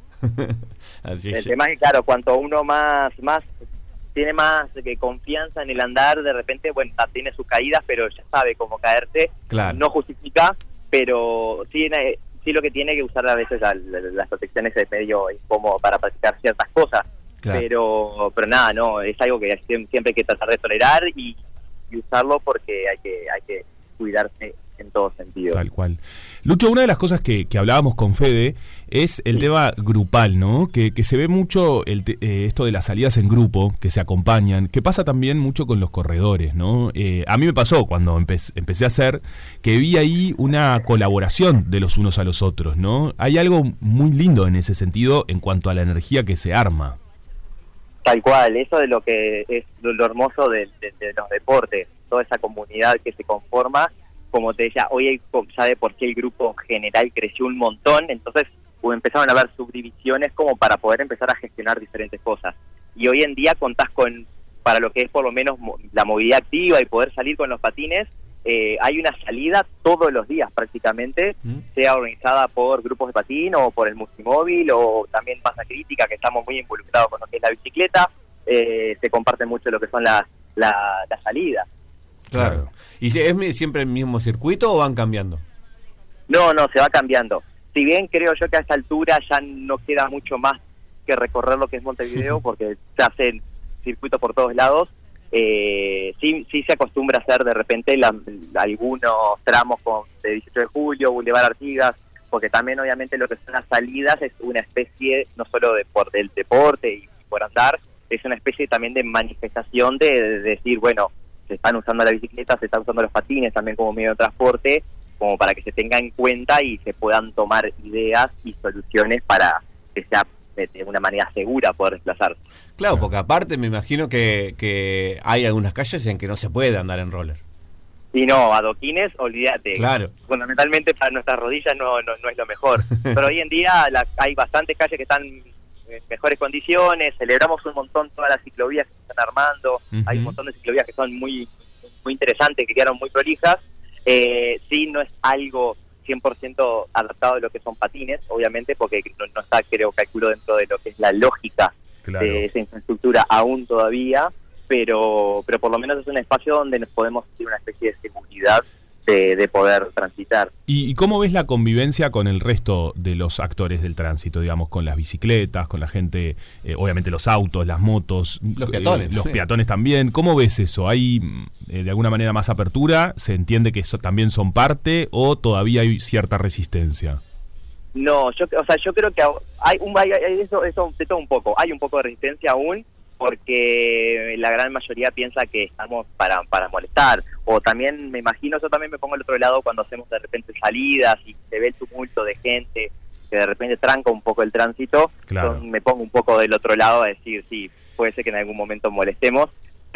Así El es. tema es que, claro, cuanto uno más más tiene más eh, confianza en el andar, de repente, bueno, ta- tiene sus caídas, pero ya sabe cómo caerse. Claro. No justifica, pero sí, eh, sí lo que tiene que usar a veces a la- las protecciones es medio incómodo para practicar ciertas cosas. Claro. Pero pero nada, no, es algo que siem- siempre hay que tratar de tolerar y, y usarlo porque hay que hay que cuidarse en todo sentido. Tal cual. Lucho, una de las cosas que, que hablábamos con Fede es el tema grupal, ¿no? Que, que se ve mucho el te- eh, esto de las salidas en grupo, que se acompañan, que pasa también mucho con los corredores, ¿no? Eh, a mí me pasó cuando empe- empecé a hacer, que vi ahí una colaboración de los unos a los otros, ¿no? Hay algo muy lindo en ese sentido en cuanto a la energía que se arma. Tal cual, eso de lo que es lo, lo hermoso de, de- de los deportes, toda esa comunidad que se conforma, como te decía, hoy hay, ya de por qué el grupo general creció un montón, entonces pues, empezaron a haber subdivisiones como para poder empezar a gestionar diferentes cosas. Y hoy en día contás con, para lo que es por lo menos mo- la movilidad activa y poder salir con los patines, eh, hay una salida todos los días prácticamente, ¿Mm? sea organizada por grupos de patín o por el multimóvil o también Masa Crítica, que estamos muy involucrados con lo que es la bicicleta, eh, se comparte mucho lo que son las la, las salidas. Claro. ¿Y si- es mi- siempre el mismo circuito o van cambiando? No, no, se va cambiando. Si bien creo yo que a esta altura ya no queda mucho más que recorrer lo que es Montevideo, porque se hacen circuitos por todos lados, eh, sí, sí se acostumbra a hacer de repente la- algunos tramos con, de dieciocho de julio, Boulevard Artigas, porque también obviamente lo que son las salidas es una especie, no solo de por del deporte y por andar, es una especie también de manifestación de, de decir, bueno, se están usando la bicicleta, se están usando los patines también como medio de transporte, como para que se tenga en cuenta y se puedan tomar ideas y soluciones para que sea de, de una manera segura poder desplazarse. Claro, porque aparte me imagino que, que hay algunas calles en que no se puede andar en roller. Y no, adoquines, olvídate. Claro. Fundamentalmente para nuestras rodillas no, no, no es lo mejor. Pero hoy en día la- hay bastantes calles que están en mejores condiciones, celebramos un montón todas las ciclovías que se están armando, Ujú. hay un montón de ciclovías que son muy muy interesantes, que quedaron muy prolijas. Eh, sí, no es algo cien por ciento adaptado a lo que son patines, obviamente, porque no, no está, creo, calculo dentro de lo que es la lógica Claro. de esa infraestructura aún todavía, pero pero por lo menos es un espacio donde nos podemos sentir una especie de seguridad de, de poder transitar. ¿Y, y cómo ves la convivencia con el resto de los actores del tránsito, digamos, con las bicicletas, con la gente, eh, obviamente los autos, las motos, Los eh, peatones. los peatones también? ¿Cómo ves eso? ¿Hay eh, de alguna manera más apertura? ¿Se entiende que eso también son parte o todavía hay cierta resistencia? No, yo, o sea, yo creo que hay un hay, hay eso, eso de todo un poco. Hay un poco de resistencia aún porque la gran mayoría piensa que estamos para para molestar. O también me imagino, yo también me pongo al otro lado cuando hacemos de repente salidas y se ve el tumulto de gente que de repente tranca un poco el tránsito, Claro. son- me pongo un poco del otro lado a decir, sí, puede ser que en algún momento molestemos,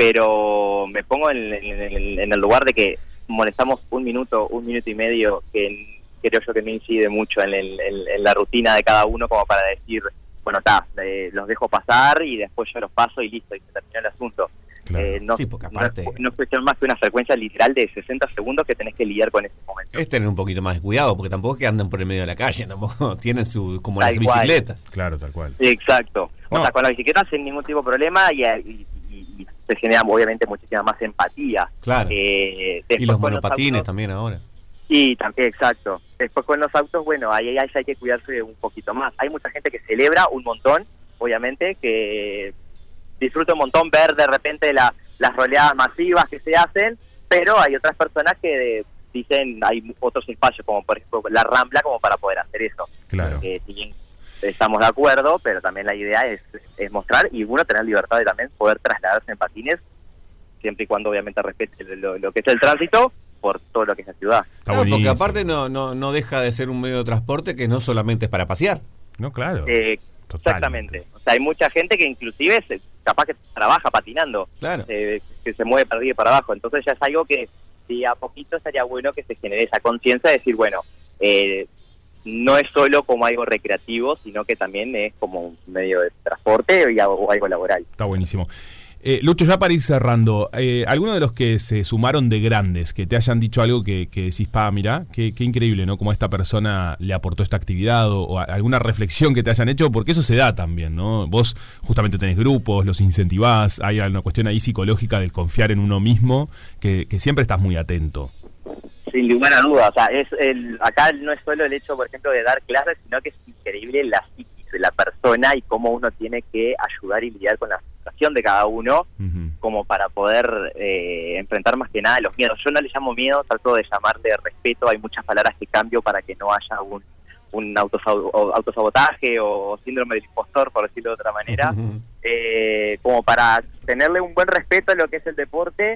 pero me pongo en, en- en- en el lugar de que molestamos un minuto, un minuto y medio, que en- creo yo que me incide mucho en, el- en- en la rutina de cada uno, como para decir, bueno, está, los dejo pasar y después yo los paso y listo, y se terminó el asunto. Claro. Eh, no, Sí, porque aparte- no, es- no es cuestión más que una frecuencia literal de sesenta segundos que tenés que lidiar con ese momento. Es tener un poquito más de cuidado, porque tampoco es que andan por el medio de la calle, tampoco tienen su como Tal las cual. bicicletas. Claro, tal cual. Exacto. O No. sea, con la bicicleta sin ningún tipo de problema y, y- y- y se genera obviamente muchísima más empatía. Claro. Eh, Y después los con monopatines autos- también ahora. Sí, también, exacto. Después con los autos, bueno, ahí, ahí hay que cuidarse un poquito más. Hay mucha gente que celebra un montón, obviamente, que disfruta un montón ver de repente la, las roleadas masivas que se hacen, pero hay otras personas que eh, dicen hay otros espacios, como por ejemplo la Rambla, como para poder hacer eso. Claro. Eh, si bien estamos de acuerdo, pero también la idea es, es mostrar y uno tener libertad de también poder trasladarse en patines, siempre y cuando obviamente respete lo, lo que es el tránsito, por todo lo que es la ciudad. Está Claro, porque buenísimo. aparte no, no, no deja de ser un medio de transporte que no solamente es para pasear. No, claro. Eh, Totalmente. exactamente. O sea, hay mucha gente que inclusive se, capaz que trabaja patinando, Claro. eh, que se mueve para arriba y para abajo. Entonces ya es algo que si a poquito estaría bueno que se genere esa conciencia de decir, bueno, eh, no es solo como algo recreativo, sino que también es como un medio de transporte y algo, o algo laboral. Está buenísimo. Eh, Lucho, ya para ir cerrando, eh, ¿alguno de los que se sumaron de grandes, que te hayan dicho algo que, que decís, pa, mirá, qué, qué increíble, ¿no? Cómo esta persona le aportó esta actividad o, o a- alguna reflexión que te hayan hecho, porque eso se da también, ¿no? Vos justamente tenés grupos, los incentivás, hay una cuestión ahí psicológica del confiar en uno mismo, que, que siempre estás muy atento. Sin lugar a dudas, o sea, es el, acá no es solo el hecho, por ejemplo, de dar clases, sino que es increíble la psiquis de la persona y cómo uno tiene que ayudar y lidiar con la situación de cada uno, Ujú. como para poder eh, enfrentar más que nada los miedos. Yo no le llamo miedo, trato de llamarle respeto. Hay muchas palabras que cambio para que no haya un, un autosab- o autosabotaje o síndrome del impostor, por decirlo de otra manera, eh, como para tenerle un buen respeto a lo que es el deporte.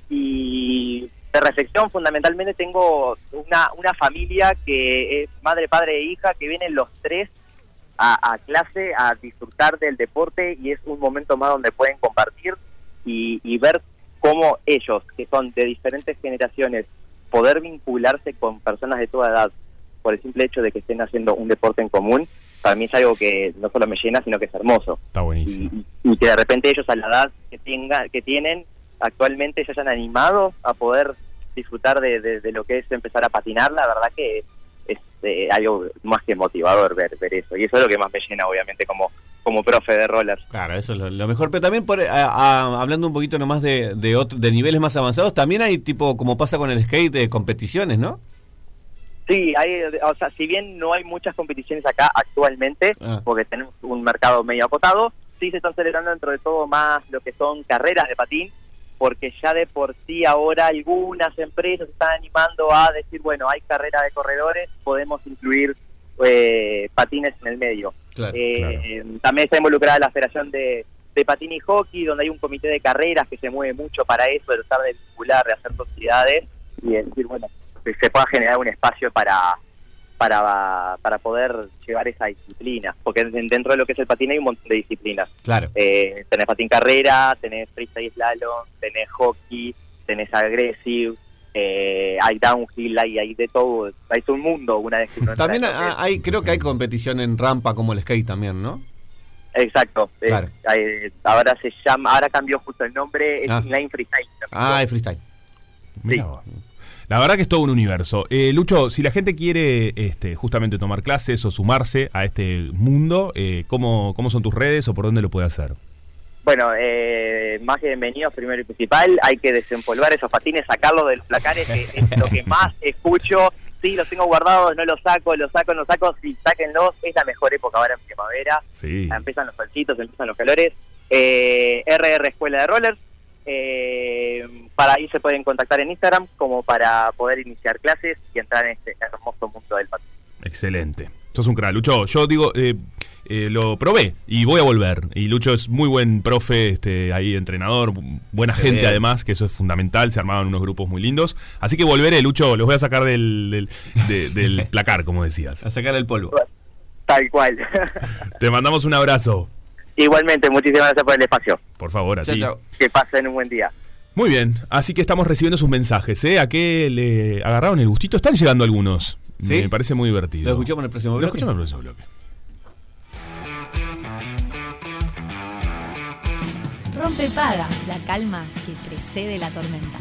Y de reflexión, fundamentalmente tengo una, una familia que es madre, padre e hija, que vienen los tres a, a clase a disfrutar del deporte, y es un momento más donde pueden compartir y, y ver cómo ellos, que son de diferentes generaciones, poder vincularse con personas de toda edad por el simple hecho de que estén haciendo un deporte en común, para mí es algo que no solo me llena, sino que es hermoso. Está buenísimo. Y, y que de repente ellos a la edad que, tenga, que tienen actualmente se hayan animado a poder disfrutar de, de, de lo que es empezar a patinar, la verdad que es, es eh, algo más que motivador ver, ver eso. Y eso es lo que más me llena, obviamente, como, como profe de rollers. Claro, eso es lo, lo mejor. Pero también, por, a- a- hablando un poquito nomás de, de, otro- de niveles más avanzados, también hay tipo, como pasa con el skate, de competiciones, ¿no? Sí, hay, o sea, si bien no hay muchas competiciones acá actualmente, Ah. porque tenemos un mercado medio acotado, sí se están celebrando dentro de todo más lo que son carreras de patín, porque ya de por sí ahora algunas empresas están animando a decir, bueno, hay carrera de corredores, podemos incluir eh, patines en el medio. Claro, Eh, claro. eh, también está involucrada la Federación de, de Patín y Hockey, donde hay un comité de carreras que se mueve mucho para eso, de tratar de vincular, de hacer sociedades y de decir, bueno, que se pueda generar un espacio para para para poder llevar esa disciplina, porque dentro de lo que es el patín hay un montón de disciplinas. Claro. Eh, tenés patín carrera, tenés freestyle slalom, tenés hockey, tenés aggressive, eh, hay downhill, hay, hay de todo, hay todo un mundo una vez que uno entra También en lo que es- ha- hay, creo que hay competición en rampa como el skate también, ¿no? Exacto. eh, Claro. eh, ahora se llama, ahora cambió justo el nombre, es Ah. inline freestyle. Ah, hay freestyle. Mirá vos. La verdad que es todo un universo. Eh, Lucho, si la gente quiere este, justamente tomar clases o sumarse a este mundo, eh, ¿cómo, ¿cómo son tus redes o por dónde lo puede hacer? Bueno, eh, más que bienvenidos, primero y principal, hay que desempolvar esos patines, sacarlos de los placares, que es lo que más escucho. Sí, los tengo guardados, no los saco, los saco, no los saco, sí, sáquenlos, es la mejor época ahora en primavera. Sí. Ya empiezan los solcitos, empiezan los calores. Eh, R R Escuela de Rollers. Eh, para ahí se pueden contactar en Instagram como para poder iniciar clases y entrar en este hermoso mundo del patín. Excelente. Sos un crack, Lucho. Yo digo, eh, eh, lo probé y voy a volver. Y Lucho es muy buen profe, este, ahí entrenador, buena Se gente ve. además, que eso es fundamental. Se armaban unos grupos muy lindos. Así que volveré, Lucho. Los voy a sacar del, del, de- del placar, como decías. A sacar el polvo. Tal cual. Te mandamos un abrazo. Igualmente, muchísimas gracias por el espacio. Por favor, a Chao, ti. chao. Que pasen un buen día. Muy bien, así que estamos recibiendo sus mensajes, ¿eh? ¿A qué le agarraron el gustito? Están llegando algunos. ¿Sí? Me parece muy divertido. ¿Lo escuchamos en el próximo Lo bloque? escuchamos en el próximo bloque. Rompe paga, la calma que precede la tormenta.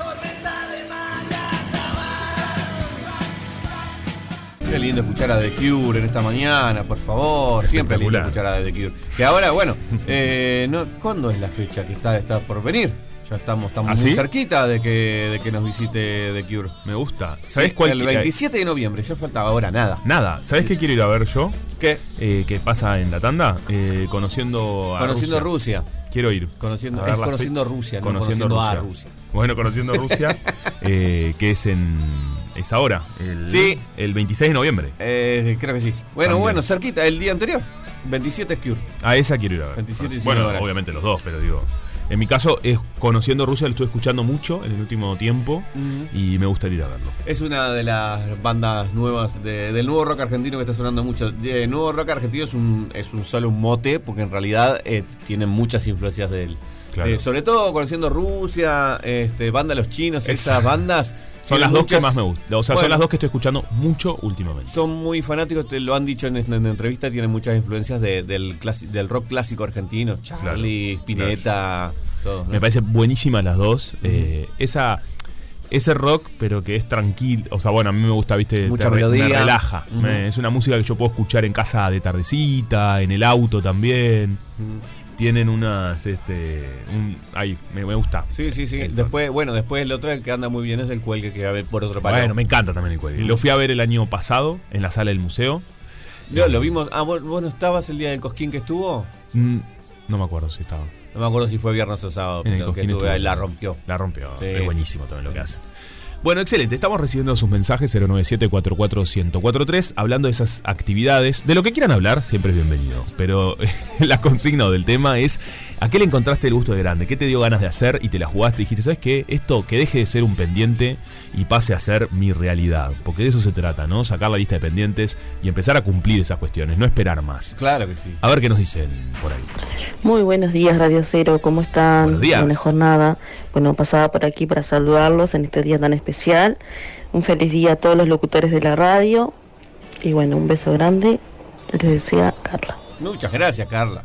Qué lindo escuchar a The Cure en esta mañana, por favor. Siempre es lindo Espectacular. escuchar a The Cure. Que ahora, bueno, eh, no, ¿cuándo es la fecha que está, está por venir? Ya estamos, estamos ¿Ah, muy sí? cerquita de que, de que nos visite The Cure. Me gusta. ¿Sabés Sí, cuál? el veintisiete de noviembre, ya faltaba ahora nada. Nada. ¿Sabés qué quiero ir a ver yo? ¿Qué? Eh, ¿Qué pasa en la tanda? Eh, conociendo a Conociendo Rusia. Quiero ir. Conociendo, A ver es la conociendo fe- Rusia, no conociendo, conociendo Rusia. a Rusia. Bueno, conociendo Rusia, eh, que es en. Es ahora, el, Sí. el veintiséis de noviembre. Eh, creo que sí. Bueno, También. bueno, cerquita, el día anterior. veintisiete es Cure. A esa quiero ir a ver. veintisiete y bueno, diecinueve horas. obviamente los dos, pero digo. En mi caso, es Conociendo Rusia, lo estuve escuchando mucho en el último tiempo y me gustaría ir a verlo. Es una de las bandas nuevas de- del nuevo rock argentino que está sonando mucho. El nuevo rock argentino es un, es un solo un mote, porque en realidad eh, tiene muchas influencias de él. Claro. Eh, sobre todo Conociendo Rusia, este, Banda Los Chinos, Esa- esas bandas. Son tienen las dos que muchas- más me gustan. O sea, Bueno, son las dos que estoy escuchando mucho últimamente. son muy fanáticos, te lo han dicho en, en entrevista, tienen muchas influencias de- del, clasi- del rock clásico argentino. Charlie, Spinetta, todos, ¿no? Me parece buenísimas las dos. Eh, esa, ese rock, pero que es tranquilo. O sea, bueno, a mí me gusta, viste, Mucha te re- melodía. me relaja. Ujú. Me- es una música que yo puedo escuchar en casa de tardecita, en el auto también. Tienen unas, este, un, ay, me, me gusta. Sí, sí, sí. Héctor. Después, bueno, después el otro el que anda muy bien es el Cuelgue, que va a ver por otro palo. Bueno, me encanta también el cuelgue. Lo fui a ver el año pasado en la sala del museo. Lo, lo vimos. Ah, ¿vos, vos no estabas el día del Cosquín que estuvo? Mm, no me acuerdo si estaba. No me acuerdo si fue viernes o sábado, En el pero que Cosquín estuve estuvo. ahí, la rompió. La rompió. Sí, es sí. buenísimo también lo que hace. Bueno, excelente. Estamos recibiendo sus mensajes cero nueve siete cuatro cuatro uno cero cuatro tres hablando de esas actividades. De lo que quieran hablar, siempre es bienvenido. Pero la consigna del tema es ¿a qué le encontraste el gusto de grande? ¿Qué te dio ganas de hacer y te la jugaste y dijiste, ¿sabes qué? Esto que deje de ser un pendiente y pase a ser mi realidad. Porque de eso se trata, ¿no? Sacar la lista de pendientes y empezar a cumplir esas cuestiones, no esperar más. Claro que sí. A ver qué nos dicen por ahí. Muy buenos días, Radio Cero, ¿cómo están? Buenos días. Buena jornada. Bueno, pasaba por aquí para saludarlos en este día tan especial. Un feliz día a todos los locutores de la radio. Y bueno, un beso grande. Les desea Carla. Muchas gracias, Carla.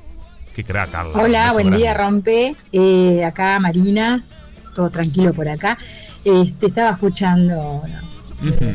Qué crack, Carla. Hola, Beso buen grande. día, Rompe. Eh, acá Marina, todo tranquilo por acá. Este, estaba escuchando. Ujú.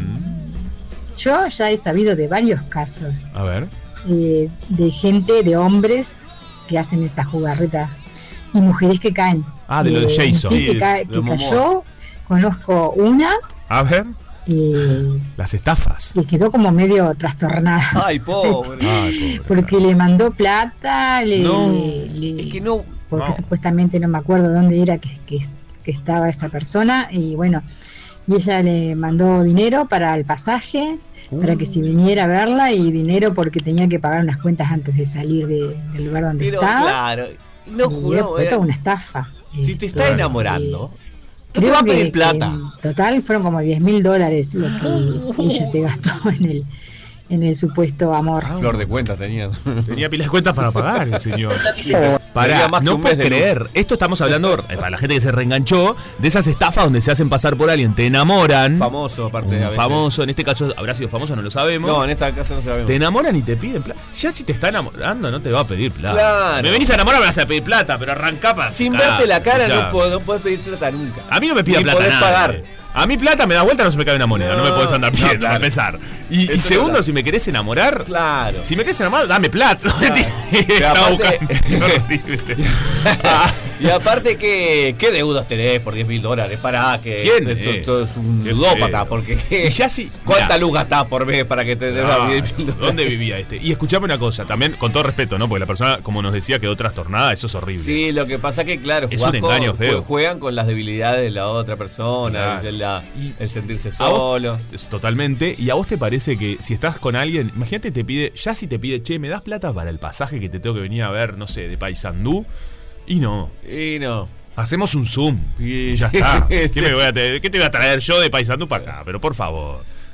Yo ya he sabido de varios casos A ver. eh, de gente, de hombres que hacen esa jugarreta y mujeres que caen. Ah, de lo de Eh, Jason. Sí, Sí, que, ca- de que Momoa. cayó. Conozco una A ver. eh, Las estafas. que quedó como medio trastornada. Ay, pobre. Ay, pobre. Porque le mandó plata, le, No. le- Es que no. porque No. supuestamente no me acuerdo dónde era que, que- que estaba esa persona, y bueno, y ella le mandó dinero para el pasaje, para que si viniera a verla, y dinero porque tenía que pagar unas cuentas antes de salir de- del lugar donde Pero estaba. claro. No, y no, fue eh, toda una estafa. si te Este, está enamorando, eh, no te creo va a que- pedir que plata. en total fueron como diez mil dólares lo que ella se gastó en el, en el supuesto amor. Flor de cuentas tenía. Tenía pilas de cuentas para pagar el señor. Tenía Pará, más que no un mes puedes de luz. creer. Esto estamos hablando, eh, para la gente que se reenganchó, de esas estafas donde se hacen pasar por alguien, te enamoran. Famoso, aparte Un a veces. famoso, en este caso habrá sido famoso, no lo sabemos. No, en esta casa no sabemos. Te enamoran y te piden plata. Ya si te está enamorando, no te va a pedir plata. Claro. Me venís a enamorar, me vas a pedir plata, pero arrancá para. Sin verte la cara no puedo- no puedes pedir plata nunca. A mí no me pida Ni plata podés nadie. pagar. A mí plata me da vuelta, no se me cabe una moneda. No, No, me podés andar no, pidiendo, claro. para empezar. Y, y Eso es segundo, verdad. si me querés enamorar, Claro. si me querés enamorar, dame plata. Estaba aparte- buscando. Qué horrible. Ah, Y aparte, ¿qué, qué deudas tenés por diez mil dólares? Pará, que ¿Quién? esto, Eh, esto es un qué ludópata, feo. porque Y ya sí- ¿cuánta mirá. luz gastás por mes para que te debas Ah, diez mil dólares? ¿Dónde vivía este? Y escuchame una cosa, también con todo respeto, ¿no? Porque la persona, como nos decía, quedó trastornada, eso es horrible. Sí, lo que pasa que, claro, Es jugás un con- engaño feo. jue- juegan con las debilidades de la otra persona, Claro. el, la- Y- el sentirse ¿A vos- solo. es totalmente. ¿Y a vos te parece que si estás con alguien, imagínate te pide, ya si te pide, che, ¿me das plata para el pasaje que te tengo que venir a ver, no sé, de Paysandú? Y no. Y no. Hacemos un Zoom. Y- Y ya está. ¿Qué, me voy a te- ¿Qué te voy a traer yo de Paysandú para acá? Pero por favor.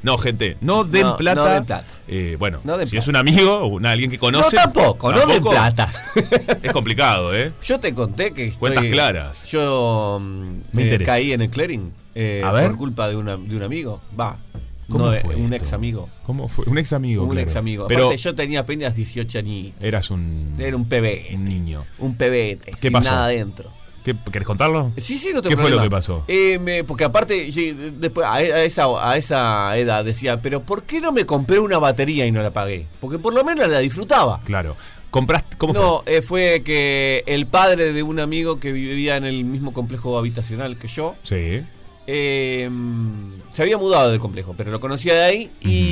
No, gente, no den No, plata. no den plata. Eh, bueno, No den si plata. es un amigo o una- alguien que conoce. No, tampoco, no den plata. Es complicado, ¿eh? Yo te conté que estoy, Cuentas claras. Yo mm, Me eh, interesa. caí en el clearing eh, A ver. por culpa de, una, de un amigo. Va, ¿Cómo no, fue un esto? ex amigo. ¿Cómo fue? Un ex amigo. Un claro. ex amigo. Pero Aparte, yo tenía apenas dieciocho años. eras un. Era un pebete. un niño. Un pebete. ¿Qué sin pasó? nada adentro. ¿Qué, ¿Querés contarlo? Sí, sí, no tengo ¿Qué fue problema. lo que pasó? Eh, me- porque aparte, sí, después a, a esa, a esa edad decía, pero ¿por qué no me compré una batería y no la pagué? Porque por lo menos la disfrutaba. Claro. ¿Compraste? ¿Cómo No, eh, fue que el padre de un amigo que vivía en el mismo complejo habitacional que yo, fue? Sí. eh, se había mudado del complejo, pero lo conocía de ahí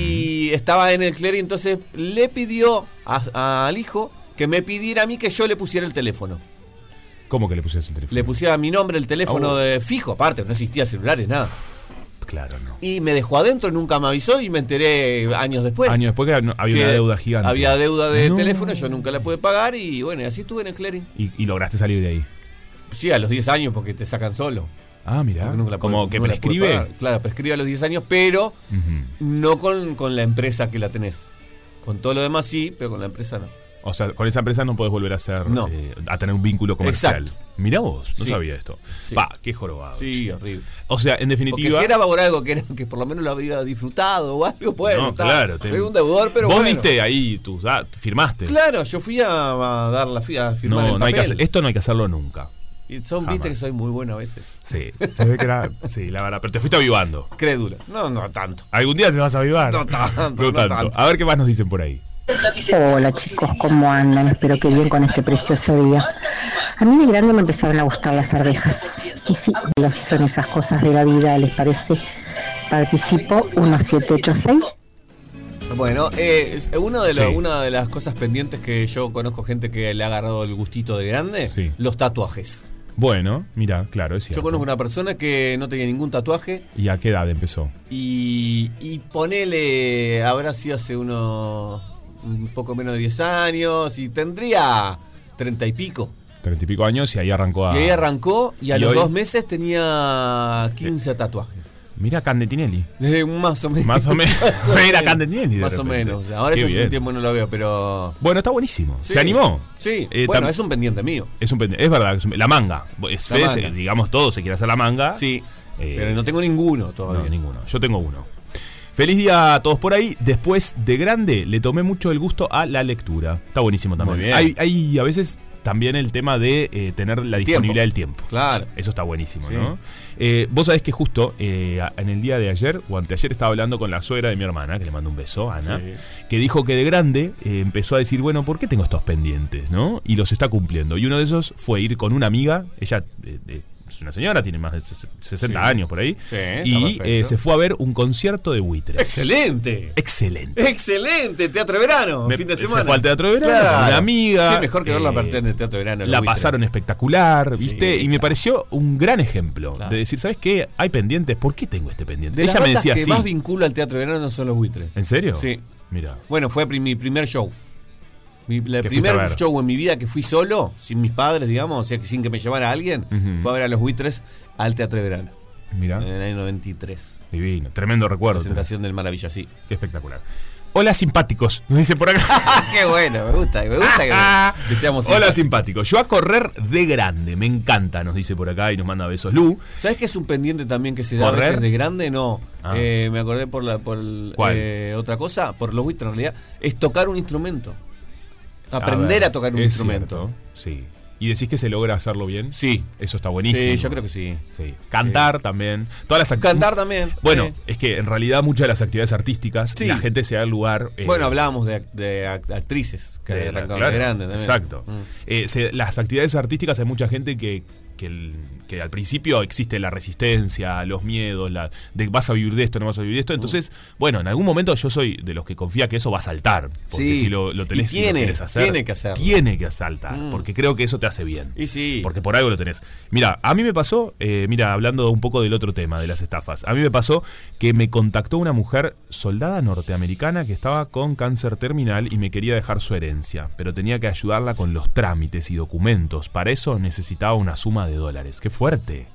y estaba en el clearing, entonces le pidió a- al hijo que me pidiera a mí que yo le pusiera el teléfono. ¿Cómo que le pusiste el teléfono? Le pusiera mi nombre, el teléfono Oh. de fijo, aparte, no existía celulares, nada. Claro, no. Y me dejó adentro, nunca me avisó y me enteré años después. Años después que no- había que una deuda gigante. Había deuda de No. teléfono, yo nunca la pude pagar y bueno, y así estuve en el clearing. Y, y lograste salir de ahí. Sí, a los diez años porque te sacan solo. Ah, mira. Porque nunca la Como pude- que no la pude prescribe. pagar. Claro, prescribe a los diez años, pero Ujú. no con, con la empresa que la tenés. Con todo lo demás sí, pero con la empresa no. O sea, con esa empresa no podés volver a hacer. No. eh, a tener un vínculo comercial. Exacto. Mirá vos, no Sí. sabía esto. Sí. Pa, qué jorobado. Sí, che. horrible. O sea, en Porque definitiva. si era por algo que, era, que por lo menos lo había disfrutado o algo, bueno, no, está. claro. te- Soy un deudor, pero Vos bueno. diste ahí tus datos, firmaste. Claro, yo fui a, a dar la fi- a firmar No, el no hay que papel. hacer- esto no hay que hacerlo nunca. Y son, Jamás. viste que soy muy bueno a veces. Sí, se ve que era. Sí, la verdad. Pero te fuiste avivando. Crédula. No, no tanto. ¿Algún día te vas a avivar? No tanto, no tanto. A ver qué más nos dicen por ahí. Hola chicos, ¿cómo andan? Espero que bien con este precioso día. A mí de grande me empezaron a gustar las arvejas. Y sí, son esas cosas de la vida, ¿les parece? Participo uno siete ocho seis. Bueno, eh, es- uno de lo- Sí. una de las cosas pendientes que yo conozco gente que le ha agarrado el gustito de grande, Sí. los tatuajes. Bueno, mira, claro, es cierto. Yo conozco una persona que no tenía ningún tatuaje ¿Y a qué edad empezó? y, y ponele, habrá sido hace unos un poco menos de diez años y tendría treinta y pico. Treinta y pico años y ahí arrancó a. Y ahí arrancó y a ¿Y los hoy? dos meses tenía quince tatuajes. Mira Candetinelli. Eh, más o menos. Más o menos. Más o Era menos. Candetinelli de Más o repente. menos. Ahora Qué ya hace bien. un tiempo no lo veo, pero. Bueno, está buenísimo. Sí. ¿Se animó? Sí, Eh, bueno, tam- es un pendiente mío. Es un pende- es verdad, es un- la manga. Es La Fede, manga. se- digamos todo, se quiere hacer la manga. Sí, Eh, pero no tengo ninguno todavía. No, ninguno. Yo tengo uno. Feliz día a todos por ahí. Después de grande le tomé mucho el gusto a la lectura. Está buenísimo también. Muy bien. Hay, hay a veces también el tema de eh, tener la disponibilidad del tiempo. Claro. Eso está buenísimo, Sí. ¿no? Eh, vos sabés que justo eh, a- en el día de ayer o anteayer estaba hablando con la suegra de mi hermana, que le mando un beso, Ana, Sí. que dijo que de grande eh, empezó a decir, bueno, ¿por qué tengo estos pendientes, no? Y los está cumpliendo. Y uno de esos fue ir con una amiga, ella eh, eh, es una señora, tiene más de ses- sesenta Sí. años por ahí, Sí, está y perfecto. eh, se fue a ver un concierto de buitres. ¡Excelente! Excelente. ¡Excelente! Teatro de verano, Me- fin de se semana. fue al Teatro de Verano Claro. con una amiga. Qué mejor que ver la eh, partida en el Teatro de Verano. La los buitres. pasaron espectacular, Sí, ¿viste? y me claro. pareció un gran ejemplo Claro. de decir, ¿sabes qué? Hay pendientes, ¿por qué tengo este pendiente? De las Ella me bandas decía que así. más vincula al Teatro de Verano son los buitres. ¿En serio? Sí. Mira. Bueno, fue pri- mi primer show. Mi, el ¿Qué primer fuiste a ver? show en mi vida que fui solo, sin mis padres, digamos, o sea, que sin que me llevara alguien, Ujú. fue a ver a los buitres al Teatro de Verano. Mira. En el año noventa y tres. Divino. Tremendo recuerdo. Presentación del Maravilla, sí. Qué espectacular. Hola simpáticos, nos dice por acá. Qué bueno, me gusta, me gusta que, me, que seamos Hola simpáticos. simpáticos. Yo a correr de grande, me encanta, nos dice por acá y nos manda besos Lu. ¿Sabes qué es un pendiente también que se da a ¿Correr? veces de grande? No. Ah. Eh, me acordé por la por el- ¿Cuál? eh, otra cosa, por los buitres en realidad, es tocar un instrumento. Aprender ver, a, tocar un es instrumento. cierto, sí. ¿Y decís que se logra hacerlo bien? Sí. Eso está buenísimo. Sí, yo creo que sí. Sí. Cantar también. Todas las act- Cantar también. Bueno, Sí. es que en realidad muchas de las actividades artísticas, Sí. la gente se da el lugar. eh, Bueno, hablábamos de, de act- actrices que de- arrancaron claro, de grande también. Exacto. Mm. Eh, se- las actividades artísticas hay mucha gente que, que, el- que al principio existe la resistencia, los miedos, la de vas a vivir de esto, no vas a vivir de esto. Entonces, bueno, en algún momento yo soy de los que confía que eso va a saltar. Porque Sí. si lo, lo tenés Y y lo tiene, quieres hacer, tiene que hacerlo. tiene que saltar. Mm. Porque creo que eso te hace bien. Y sí. Porque por algo lo tenés. Mira, a mí me pasó, eh, mira, hablando un poco del otro tema, de las estafas. A mí me pasó que me contactó una mujer soldada norteamericana que estaba con cáncer terminal y me quería dejar su herencia, pero tenía que ayudarla con los trámites y documentos. Para eso necesitaba una suma de dólares. ¡Qué fuerte!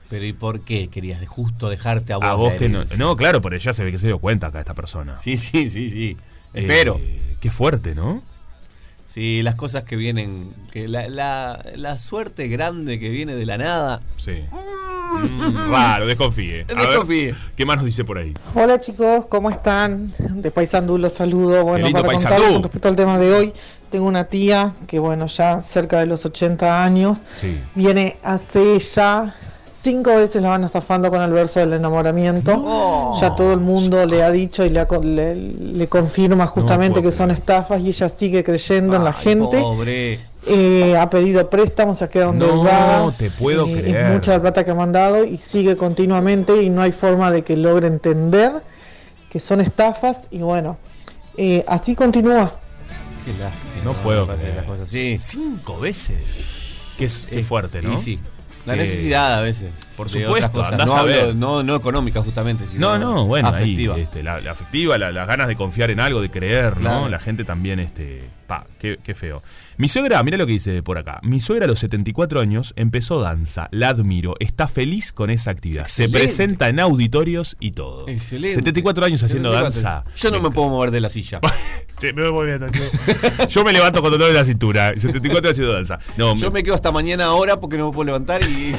Pero ¿y por qué querías de justo dejarte a vos? A vos la que no. herencia? No, claro, por ella se ve que se dio cuenta acá esta persona. Sí, sí, sí, sí. Eh, Espero. Qué fuerte, ¿no? Sí, las cosas que vienen, que la, la, la suerte grande que viene de la nada. Sí. Mm, raro, desconfíe. A Desconfíe. ver, ¿qué más nos dice por ahí? Hola chicos, ¿cómo están? De Paysandú los saludo. Bueno, lindo para Paysandú. contarles con respecto al tema de hoy, tengo una tía que, bueno, ya cerca de los ochenta años, Sí. viene hace ya cinco veces la van estafando con el verso del enamoramiento. No. Ya todo el mundo le ha dicho y le, ha con- le, le confirma justamente puedo que son creer. estafas y ella sigue creyendo en la Ay, gente. Pobre. Eh, ha pedido préstamos, se ha quedado No endeudada. te puedo Eh, creer. Es mucha la plata que ha mandado y sigue continuamente y no hay forma de que logre entender que son estafas y bueno, eh, así continúa. Qué lástima. No puedo que pasen creer. esas cosas. Sí. Cinco veces. Qué, es- qué Eh, fuerte, ¿no? Y sí. La Eh, necesidad a veces. por de supuesto, otras cosas. andás No, a hablo- ver. no, no económica justamente, No, sino no, bueno, afectiva. ahí este, la, la afectiva, la- las ganas de confiar en algo, de creer, ¿no? Claro. La gente también, este, pa, qué, qué feo. Mi suegra, mira lo que dice por acá. Mi suegra a los setenta y cuatro años empezó danza, la admiro, está feliz con esa actividad. Excelente. Se presenta en auditorios y todo. Excelente. setenta y cuatro años haciendo setenta y cuatro. danza. Yo no me puedo mover de la silla. Sí, me voy moviendo, tío. Yo me levanto con dolor en la cintura. y setenta y cuatro haciendo danza. No, Yo me quedo hasta mañana ahora porque no me puedo levantar y.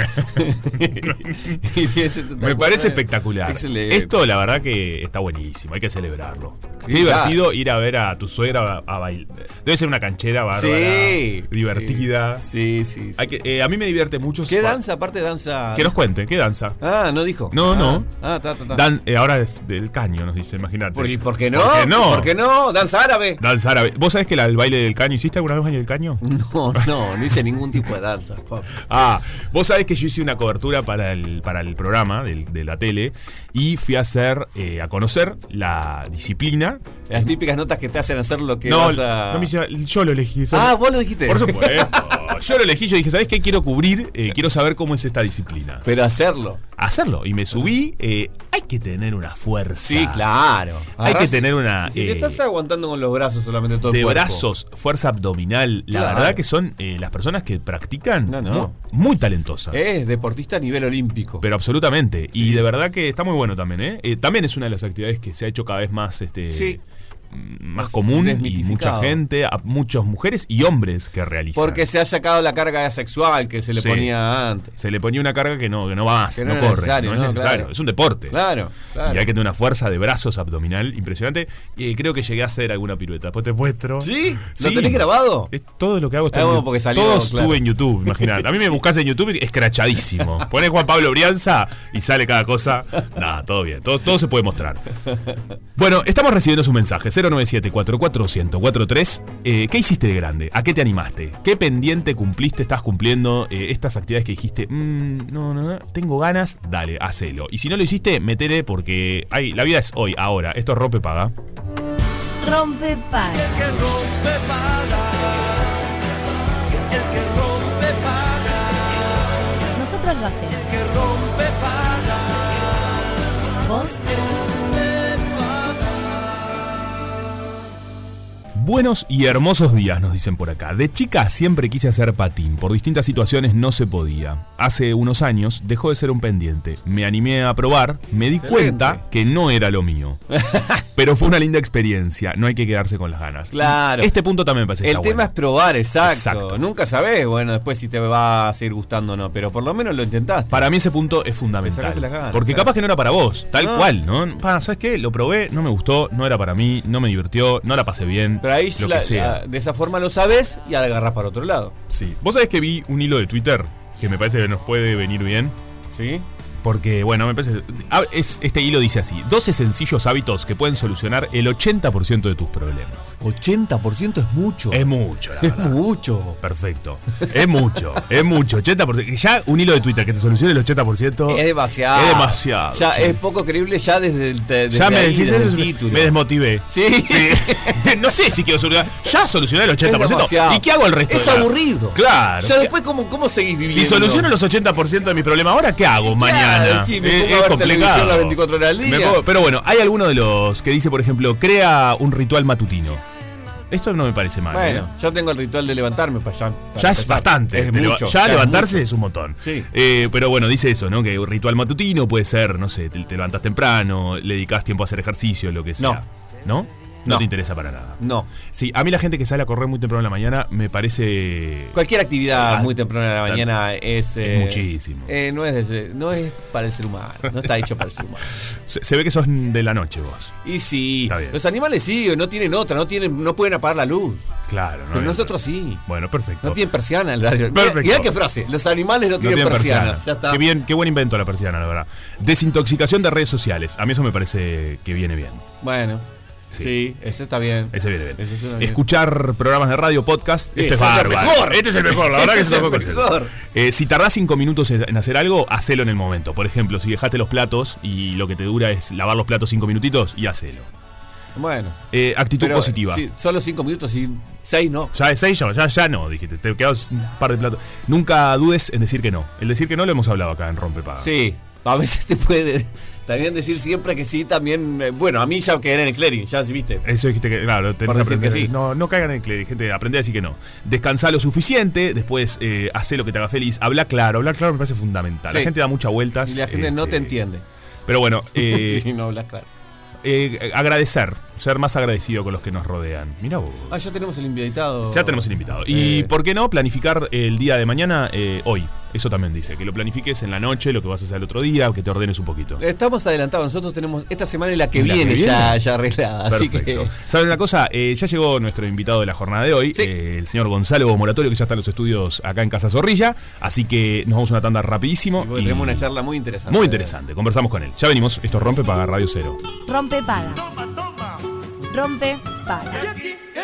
y tiene setenta y cuatro Me parece años. espectacular. Excelente. Esto, la verdad, que está buenísimo. Hay que celebrarlo. Qué Sí, divertido ir a ver a tu suegra a, a bailar. Debe ser una canchera bárbara. Sí. Divertida. Sí, sí. sí. Hay que, eh, a mí me divierte mucho. ¿Qué danza? Aparte de danza. Que nos cuente, ¿qué danza? Ah, no dijo. No, Ah, no. Ah, ta, ta, ta. Dan, eh, ahora es del caño, nos dice, imagínate. ¿Por, y por qué no? ¿Por qué no? ¿Por qué no? Danza árabe. Danza árabe. ¿Vos sabés que la- el baile del caño, hiciste alguna vez baile del caño? No, no, no hice ningún tipo de danza. Juan. Ah, vos sabés que yo hice una cobertura para el, para el programa del- de la tele y fui a hacer, eh, a conocer la disciplina. Las típicas notas que te hacen hacer lo que No, vas a. no me hice- yo lo elegí. eso- Ah, vos lo dijiste. Por supuesto. Yo lo elegí, yo dije, ¿sabés qué quiero cubrir? Eh, quiero saber cómo es esta disciplina. Pero hacerlo. Hacerlo. Y me subí. eh, hay que tener una fuerza. Sí, claro. Hay que Agarrás- tener una. Si eh, te estás aguantando con los brazos solamente todo el de cuerpo. brazos, fuerza abdominal. La Claro. verdad que son eh, las personas que practican No, no. muy talentosas. Es deportista a nivel olímpico. Pero absolutamente. Y de verdad que está muy bueno también, ¿eh? Eh, También es una de las actividades que se ha hecho cada vez más, este, Sí. mm, más Des- común y desmitificado. mucha gente, a muchas mujeres y hombres que realizan. Porque se ha sacado la carga sexual que se le Sí. ponía antes. Se le ponía una carga que no, que no va más, Que no, no era corre, necesario, no es no, necesario. claro. Es un deporte. Claro, claro. Y hay que tener una fuerza de brazos abdominal impresionante. Y creo que llegué a hacer alguna pirueta. Después te muestro. ¿Sí? ¿Lo tenés grabado? Es todo lo que hago está Ah, en bueno, YouTube. porque salió, Todo claro. estuve en YouTube, imagínate. A mí me buscas en YouTube escrachadísimo. Pones Juan Pablo Brianza y sale cada cosa. Nada, todo bien. Todo, todo se puede mostrar. Bueno, estamos recibiendo su mensaje. cero nueve siete cuatro cuatro cero cero cuatro tres. Eh, ¿Qué hiciste de grande? ¿A qué te animaste? ¿Qué pendiente cumpliste? ¿Estás cumpliendo eh, estas actividades que dijiste? "Mm, no, no, no, tengo ganas. Dale, hacelo. Y si no lo hiciste, metele porque hay, la vida es hoy, ahora. Esto es rompe paga. Rompe para. Nosotros lo hacemos. ¿Vos? Buenos y hermosos días, nos dicen por acá. De chica siempre quise hacer patín. Por distintas situaciones no se podía. Hace unos años dejó de ser un pendiente. Me animé a probar. Me di Excelente. cuenta que no era lo mío. Pero fue una linda experiencia. No hay que quedarse con las ganas. Claro. Este punto también me parece que El está tema bueno. es probar, exacto. Exacto. Nunca sabés, bueno, después si te va a seguir gustando o no, pero por lo menos lo intentaste. Para mí ese punto es Te fundamental. sacaste las ganas, Porque claro. capaz que no era para vos. Tal No. cual, ¿no? Pa, ¿sabes qué? Lo probé, no me gustó, no era para mí, no me divirtió, no la pasé bien. Pero ahí lo la- que sea. la- de esa forma lo sabes y agarrás para otro lado. Sí. Vos sabés que vi un hilo de Twitter que me parece que nos puede venir bien. ¿Sí? Porque, bueno, me parece. ah, Es, este hilo dice así: doce sencillos hábitos que pueden solucionar el ochenta por ciento de tus problemas. ochenta por ciento es mucho. Es mucho, la Es verdad. mucho. Perfecto. Es mucho, es mucho. ochenta por ciento. Ya un hilo de Twitter que te solucione el ochenta por ciento. Es demasiado. Es demasiado. Ya sí. es poco creíble ya desde el, te- desde Ya me ahí, decís desde eso, el título. me desmotivé. Sí. Sí. No sé si quiero solucionar. Ya solucioné el ochenta por ciento. Es demasiado. ¿Y qué hago el resto? Es de la- aburrido. Claro. Ya después, ¿cómo, cómo seguís viviendo? Si soluciono los ochenta por ciento de mis problemas ahora, ¿qué hago mañana? sí, me pongo a ver televisión las veinticuatro horas al día. Me pongo- pero bueno, hay alguno de los que dice, por ejemplo, crea un ritual matutino. Esto no me parece mal. Bueno, ¿eh? yo tengo el ritual de levantarme para allá. Para Ya es empezar. bastante. Es Te leva- mucho, ya es levantarse mucho. es un montón. Sí. Eh, pero bueno, dice eso, ¿no? Que un ritual matutino puede ser, no sé, te, te levantás temprano, le dedicás tiempo a hacer ejercicio, lo que sea. ¿No? No, No. te interesa para nada. No. Sí, a mí la gente que sale a correr muy temprano en la mañana me parece... Cualquier actividad Ah, muy temprana de la tan- mañana es. es muchísimo. eh, no, es de- no es para el ser humano. No está hecho para el ser humano. Se, se ve que sos de la noche vos. Y sí, Está bien. los animales sí, no tienen otra, no tienen, no pueden apagar la luz. Claro, ¿no? Pero nosotros sí. Bueno, perfecto. No tienen persiana. Mira, Perfecto. mira qué frase. Los animales no, No tienen tienen persianas. persiana. Ya está. Qué bien, qué buen invento la persiana, la verdad. Desintoxicación de redes sociales. A mí eso me parece que viene bien. Bueno. Sí. Sí, ese está bien. Ese viene bien. Ese suena bien. Escuchar programas de radio, podcast. Este Ese es es el bárbaro. mejor. Este es el mejor, la verdad Ese que se es tocó el con mejor. Eh, si tardás cinco minutos en hacer algo, hacelo en el momento. Por ejemplo, si dejaste los platos y lo que te dura es lavar los platos cinco minutitos, y hacelo. Bueno. Eh, actitud Pero, positiva. sí, solo cinco minutos y seis no. Ya es seis, ya, ya no, dijiste. Te quedas un par de platos. Nunca dudes en decir que no. El decir que no lo hemos hablado acá en Rompepaga. Sí. A veces te puede también decir siempre que sí, también. eh, Bueno, a mí ya quedé en el clearing, ya viste. Eso dijiste que, claro, tenés Por que decir aprender. que sí. No, no caigan en el clearing, gente, aprende a decir que no. Descansá lo suficiente, después eh, hacé lo que te haga feliz. Habla claro, hablar claro me parece fundamental. La Sí. gente da muchas vueltas. Y la gente no este, te entiende. Pero bueno, eh, Si no hablas claro. eh, agradecer, ser más agradecido con los que nos rodean. Mira vos. Ah, ya tenemos el invitado. Ya tenemos el invitado. Y Eh. por qué no planificar el día de mañana eh, hoy. Eso también dice, que lo planifiques en la noche, lo que vas a hacer el otro día, que te ordenes un poquito. Estamos adelantados, nosotros tenemos esta semana y la que ¿Y la que viene, viene? Ya, ya arreglada. Así Perfecto. que. ¿Saben una cosa? Eh, ya llegó nuestro invitado de la jornada de hoy, Sí. eh, el señor Gonzalo Moratorio, que ya está en los estudios acá en Casa Zorrilla. Así que nos vamos a una tanda rapidísimo. Sí, porque y tenemos una charla muy interesante. Muy interesante. Conversamos con él. Ya venimos. Esto es Rompe Paga Radio Cero. Rompe paga. Rompe paga.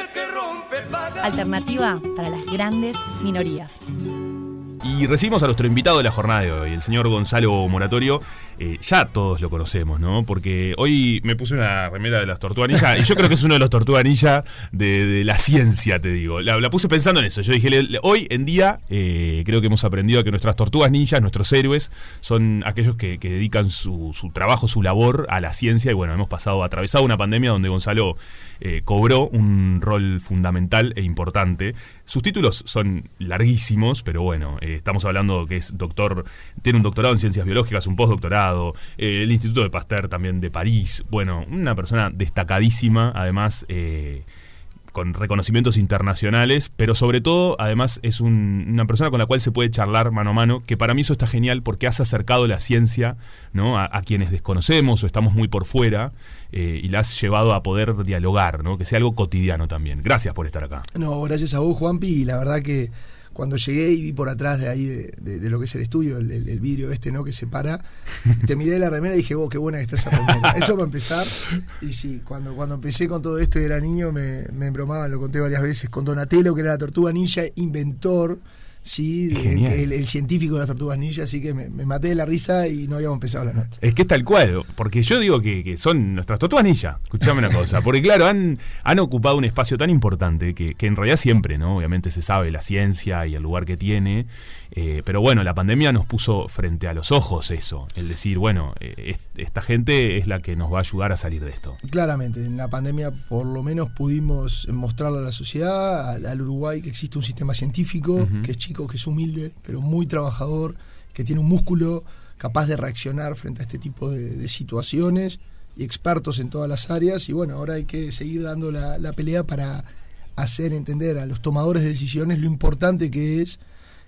Alternativa para las grandes minorías. Y recibimos a nuestro invitado de la jornada de hoy, el señor Gonzalo Moratorio. Eh, ya todos lo conocemos, ¿no? Porque hoy me puse una remera de las Tortugas Ninja y yo creo que es uno de los Tortugas Ninja de, de la ciencia, te digo. La, la puse pensando en eso. Yo dije, le- le- hoy en día eh, creo que hemos aprendido que nuestras Tortugas Ninjas, nuestros héroes, son aquellos que, que dedican su, su trabajo, su labor a la ciencia. Y bueno, hemos pasado, atravesado una pandemia donde Gonzalo eh, cobró un rol fundamental e importante. Sus títulos son larguísimos, pero bueno, eh, estamos hablando que es doctor, tiene un doctorado en ciencias biológicas, un postdoctorado, eh, el Instituto de Pasteur también de París. Bueno, una persona destacadísima, además eh, con reconocimientos internacionales, pero sobre todo, además, es un- una persona con la cual se puede charlar mano a mano, que para mí eso está genial porque has acercado la ciencia, ¿no? a, a quienes desconocemos o estamos muy por fuera, eh, y la has llevado a poder dialogar, ¿no? Que sea algo cotidiano también. Gracias por estar acá. No, gracias a vos, Juanpi, y la verdad que cuando llegué y vi por atrás de ahí de, de- de lo que es el estudio, el, el- el vidrio este, ¿no? Que separa, te miré la remera y dije, vos, qué buena que está esa remera. Eso para empezar. Y sí, cuando, cuando empecé con todo esto y era niño, me, me embromaban, lo conté varias veces, con Donatello, que era la tortuga ninja, inventor, sí, de- Genial. el, el científico de las tortugas ninja, así que me, me maté de la risa y no habíamos empezado la nota. Es que es tal cual, porque yo digo que, que son nuestras tortugas ninja. Escuchame una cosa, porque claro, han, han ocupado un espacio tan importante que, que en realidad siempre, ¿no? Obviamente se sabe la ciencia y el lugar que tiene, eh, pero bueno, la pandemia nos puso frente a los ojos eso, el decir, bueno, eh, est- esta gente es la que nos va a ayudar a salir de esto. Claramente, en la pandemia por lo menos pudimos mostrarle a la sociedad, al, al Uruguay, que existe un sistema científico, Ujú. que es chico, que es humilde, pero muy trabajador, que tiene un músculo capaz de reaccionar frente a este tipo de, de situaciones y expertos en todas las áreas. Y bueno, ahora hay que seguir dando la, la pelea para hacer entender a los tomadores de decisiones lo importante que es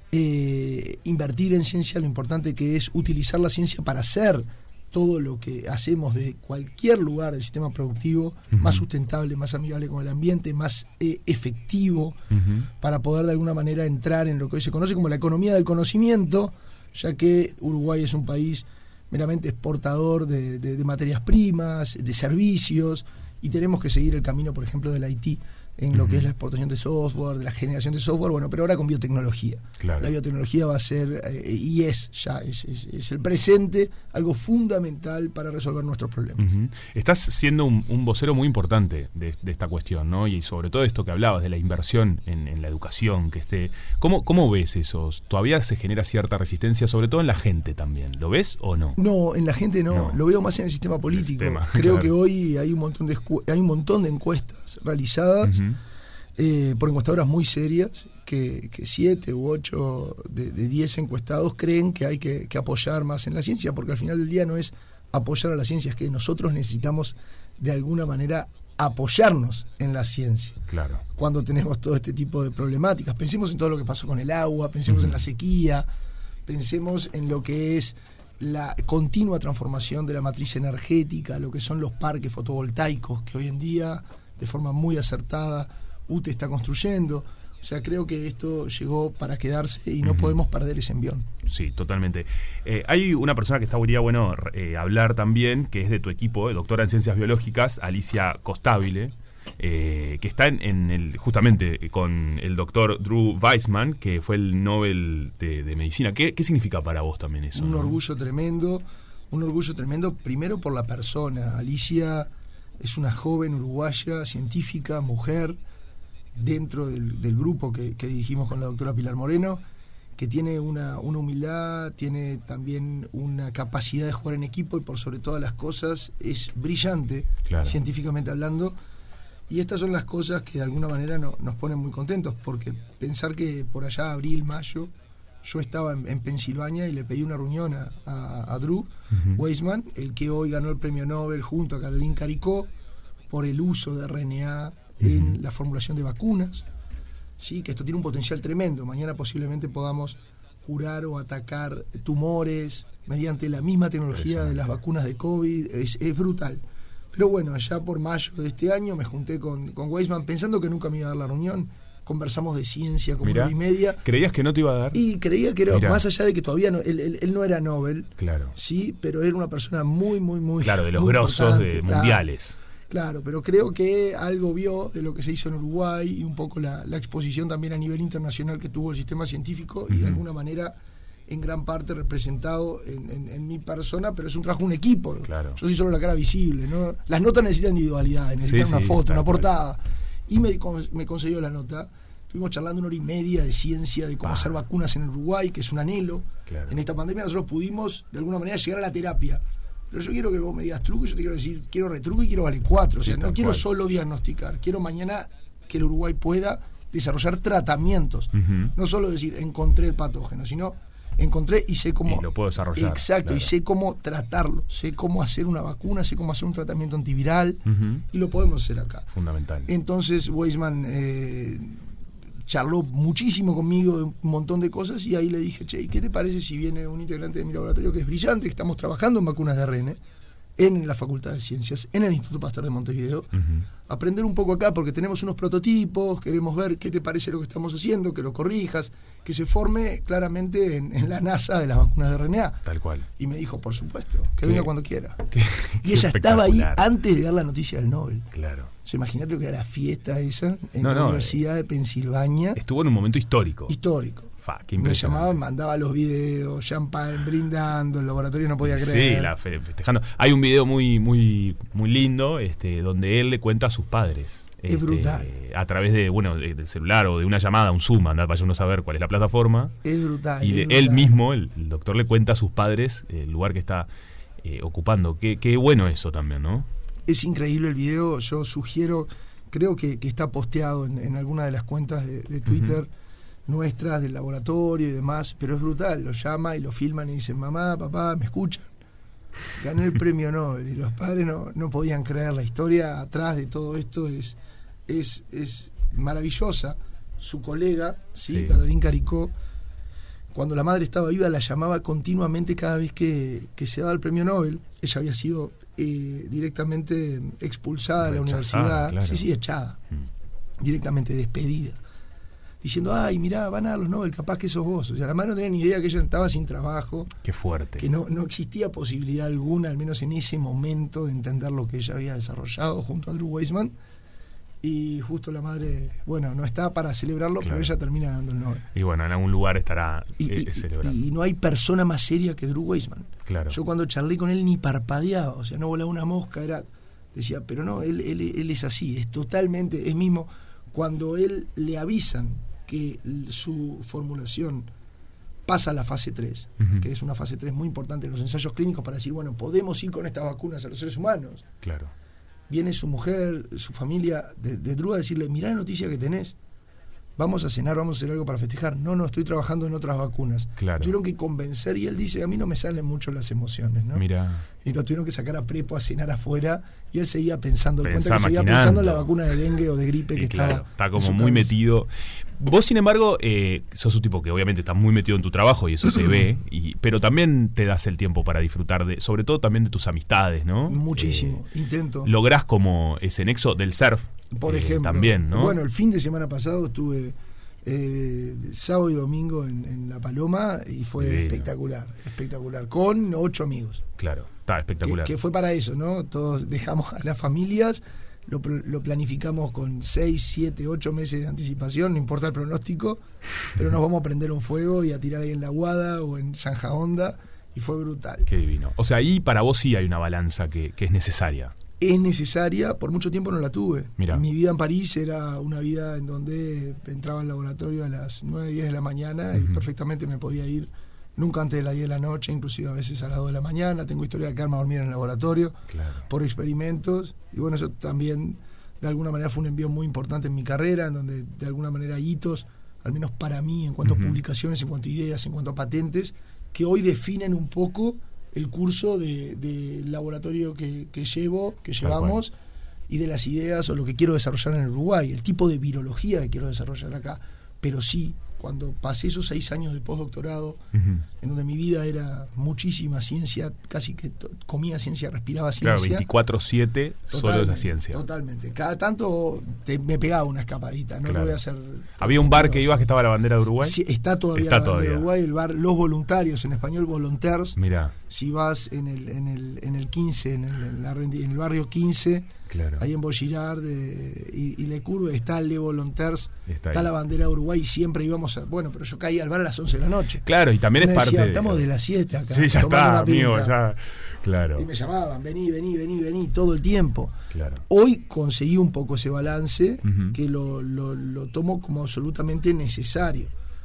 eh, invertir en ciencia, lo importante que es utilizar la ciencia para hacer todo lo que hacemos de cualquier lugar del sistema productivo más sustentable, más amigable con el ambiente, más eh, efectivo, Ujú. para poder de alguna manera entrar en lo que hoy se conoce como la economía del conocimiento, ya que Uruguay es un país meramente exportador de, de- de materias primas, de servicios, y tenemos que seguir el camino, por ejemplo, del I T en lo que es la exportación de software, de la generación de software, bueno, pero ahora con biotecnología. Claro. La biotecnología va a ser, eh, y es ya, es, es- es el presente, algo fundamental para resolver nuestros problemas. Ujú. Estás siendo un, un vocero muy importante de, de esta cuestión, ¿no? Y sobre todo esto que hablabas de la inversión en, en la educación, que esté. ¿Cómo, ¿Cómo ves eso? ¿Todavía se genera cierta resistencia, sobre todo en la gente también? ¿Lo ves o no? No, en la gente no, No. lo veo más en el sistema político. sistema, Creo claro. que hoy hay un montón de escu- hay un montón de encuestas realizadas Ujú. eh, por encuestadoras muy serias, que, que siete u ocho de, de diez encuestados creen que hay que, que apoyar más en la ciencia, porque al final del día no es apoyar a la ciencia, es que nosotros necesitamos de alguna manera apoyarnos en la ciencia. Claro. Cuando tenemos todo este tipo de problemáticas, pensemos en todo lo que pasó con el agua, pensemos uh-huh. en la sequía, pensemos en lo que es la continua transformación de la matriz energética, lo que son los parques fotovoltaicos que hoy en día, de forma muy acertada, U T E está construyendo. O sea, creo que esto llegó para quedarse y no uh-huh. podemos perder ese envión. Sí, totalmente. Eh, hay una persona que estaría bueno eh, hablar también, que es de tu equipo, eh, doctora en Ciencias Biológicas, Alicia Costabile, eh, que está en, en el justamente con el doctor Drew Weissman, que fue el Nobel de, de Medicina. ¿Qué, ¿Qué significa para vos también eso? Un ¿no? orgullo tremendo, un orgullo tremendo, primero por la persona. Alicia es una joven uruguaya, científica, mujer, dentro del, del grupo que, que dirigimos con la doctora Pilar Moreno, que tiene una, una humildad, tiene también una capacidad de jugar en equipo y por sobre todas las cosas es brillante, claro. científicamente hablando. Y estas son las cosas que de alguna manera no, nos ponen muy contentos, porque pensar que por allá, abril, mayo, yo estaba en, en Pensilvania y le pedí una reunión a, a, a Drew uh-huh. Weissman, el que hoy ganó el premio Nobel junto a Katalin Karikó por el uso de R N A en uh-huh. la formulación de vacunas, sí, que esto tiene un potencial tremendo. Mañana posiblemente podamos curar o atacar tumores mediante la misma tecnología de las vacunas de COVID. Es, es brutal. Pero bueno, allá por mayo de este año me junté con, con Weissman pensando que nunca me iba a dar la reunión. Conversamos de ciencia como una hora y media. ¿Creías que no te iba a dar? Y creía que era, Mirá. más allá de que todavía no, él, él, él no era Nobel, claro. sí, pero era una persona muy, muy, muy Claro, de los muy grosos de claro. mundiales. Claro, pero creo que algo vio de lo que se hizo en Uruguay y un poco la, la exposición también a nivel internacional que tuvo el sistema científico uh-huh. y de alguna manera en gran parte representado en, en, en mi persona, pero es un trabajo, un equipo. Claro. Yo soy solo la cara visible, ¿no? Las notas necesitan individualidad, necesitan sí, una sí, foto, claro, una portada. Claro. Y me, me concedió la nota. Estuvimos charlando una hora y media de ciencia, de cómo ah. hacer vacunas en Uruguay, que es un anhelo. Claro. En esta pandemia nosotros pudimos de alguna manera llegar a la terapia. Pero yo quiero que vos me digas truco, yo te quiero decir, quiero retruco y quiero vale cuatro. O sea, sí, no quiero cual. solo diagnosticar, quiero mañana que el Uruguay pueda desarrollar tratamientos. Uh-huh. No solo decir, encontré el patógeno, sino encontré y sé cómo... Y lo puedo desarrollar. Exacto, claro. y sé cómo tratarlo, sé cómo hacer una vacuna, sé cómo hacer un tratamiento antiviral, uh-huh. y lo podemos hacer acá. Fundamental. Entonces, Weissman eh, charló muchísimo conmigo de un montón de cosas y ahí le dije, che, ¿qué te parece si viene un integrante de mi laboratorio que es brillante, que estamos trabajando en vacunas de R N en la Facultad de Ciencias, en el Instituto Pasteur de Montevideo, uh-huh. aprender un poco acá porque tenemos unos prototipos, queremos ver qué te parece lo que estamos haciendo, que lo corrijas, que se forme claramente en, en la NASA de las vacunas de R N A. Tal cual. Y me dijo, por supuesto, que venga cuando quiera. Qué, y ella estaba ahí antes de dar la noticia del Nobel. Claro. O sea, imagínate lo que era la fiesta esa en no, la no, Universidad de Pensilvania. Estuvo en un momento histórico. Histórico. Fa, qué me llamaban, mandaba los videos, champán, brindando, el laboratorio no podía creer. Sí, la fe, festejando. Hay un video muy, muy, muy lindo, este, donde él le cuenta a sus padres. Es este, brutal. A través de, bueno, de, del celular o de una llamada, un Zoom, andar para uno saber cuál es la plataforma. Es brutal. Y de, es brutal. él mismo, el, el doctor le cuenta a sus padres el lugar que está eh, ocupando. Qué, qué bueno eso también, ¿no? Es increíble el video. Yo sugiero, creo que, que está posteado en, en alguna de las cuentas de, de Twitter. Uh-huh. Nuestras del laboratorio y demás, pero es brutal, lo llama y lo filman y dicen, mamá, papá, ¿me escuchan? Gané el premio Nobel y los padres no, no podían creer. La historia atrás de todo esto es, es, es maravillosa. Su colega, ¿sí? Sí. Katalin Karikó, cuando la madre estaba viva la llamaba continuamente cada vez que, que se daba el premio Nobel. Ella había sido eh, directamente expulsada de la universidad, claro. sí, sí, echada, mm. directamente despedida. Diciendo, ay, mirá, van a dar los Nobel, capaz que sos vos. O sea, la madre no tenía ni idea que ella estaba sin trabajo. Qué fuerte. Que no, no existía posibilidad alguna, al menos en ese momento, de entender lo que ella había desarrollado junto a Drew Weissman. Y justo la madre, bueno, no está para celebrarlo, claro. pero ella termina dando el Nobel. Y bueno, en algún lugar estará y, eh, y, celebrando. Y, y no hay persona más seria que Drew Weissman. Claro. Yo cuando charlé con él ni parpadeaba, o sea, no volaba una mosca, era decía, pero no, él, él, él es así, es totalmente, es mismo cuando él le avisan que su formulación pasa a la fase tres, uh-huh. que es una fase tres muy importante en los ensayos clínicos para decir, bueno, podemos ir con estas vacunas a los seres humanos. Claro. viene su mujer, su familia de, de Drú a decirle, mirá la noticia que tenés, vamos a cenar, vamos a hacer algo para festejar. No, no, estoy trabajando en otras vacunas. Claro. Tuvieron que convencer, y él dice, a mí no me salen mucho las emociones, ¿no? Mira. Y lo tuvieron que sacar a prepo a cenar afuera, y él seguía pensando, él Pensá, cuenta que seguía maquinando. pensando en la vacuna de dengue o de gripe Y que claro, estaba. está en como su muy cabeza. metido. Vos, sin embargo, eh, sos un tipo que obviamente está muy metido en tu trabajo y eso se ve, y, pero también te das el tiempo para disfrutar de, sobre todo también de tus amistades, ¿no? Muchísimo, Eh, intento. Lográs como ese nexo del surf. Por eh, ejemplo. También, ¿no? Bueno, el fin de semana pasado estuve eh, sábado y domingo en, en La Paloma y fue Divino. espectacular, espectacular, con ocho amigos. Claro, está espectacular. Que, que fue para eso, ¿no? Todos dejamos a las familias, lo, pr- lo planificamos con seis, siete, ocho meses de anticipación, no importa el pronóstico, pero nos vamos a prender un fuego y a tirar ahí en La Guada o en Zanja Honda, y fue brutal. Qué divino. O sea, ahí para vos sí hay una balanza que, que es necesaria. Es necesaria, por mucho tiempo no la tuve. Mirá. Mi vida en París era una vida en donde entraba al laboratorio a las nueve, diez de la mañana y Ujú. perfectamente me podía ir nunca antes de las diez de la noche, inclusive a veces a las dos de la mañana. Tengo historia de quedarme a dormir en el laboratorio Claro. por experimentos, y bueno, eso también de alguna manera fue un envío muy importante en mi carrera, en donde de alguna manera hay hitos, al menos para mí, en cuanto Ujú. a publicaciones, en cuanto a ideas, en cuanto a patentes, que hoy definen un poco el curso de, de laboratorio que, que llevo, que Tal llevamos, y de las ideas o lo que quiero desarrollar en el Uruguay, el tipo de virología que quiero desarrollar acá. Pero sí, cuando pasé esos seis años de postdoctorado, Ujú. en donde mi vida era muchísima ciencia, casi que to- comía ciencia, respiraba Claro, ciencia. veinticuatro siete solo es la Totalmente, ciencia. Totalmente. Cada tanto te- me pegaba una escapadita, no Claro. lo voy a hacer. Había un bar que ibas que estaba la bandera de Uruguay. Sí, está todavía Está la bandera todavía. de Uruguay, el bar Los Voluntarios, en español Volontaires. Mirá, Si vas en el, en el, en el quince, en el, en la rendi- en el barrio quince, claro. ahí en Bollirard eh, y, y Le Curve, está Le Volontaires, Está está, ahí. la bandera de Uruguay, y siempre íbamos a. Bueno, pero yo caí al bar a las once de la noche. Claro, y también Me es parte decían, de. estamos de las siete acá. Sí, ya tomando está, una amigo, pinta. ya. Claro, Y me llamaban, vení, vení, vení, vení, todo el tiempo. claro. Hoy conseguí un poco ese balance, Ujú. que lo, lo, lo tomo como absolutamente necesario.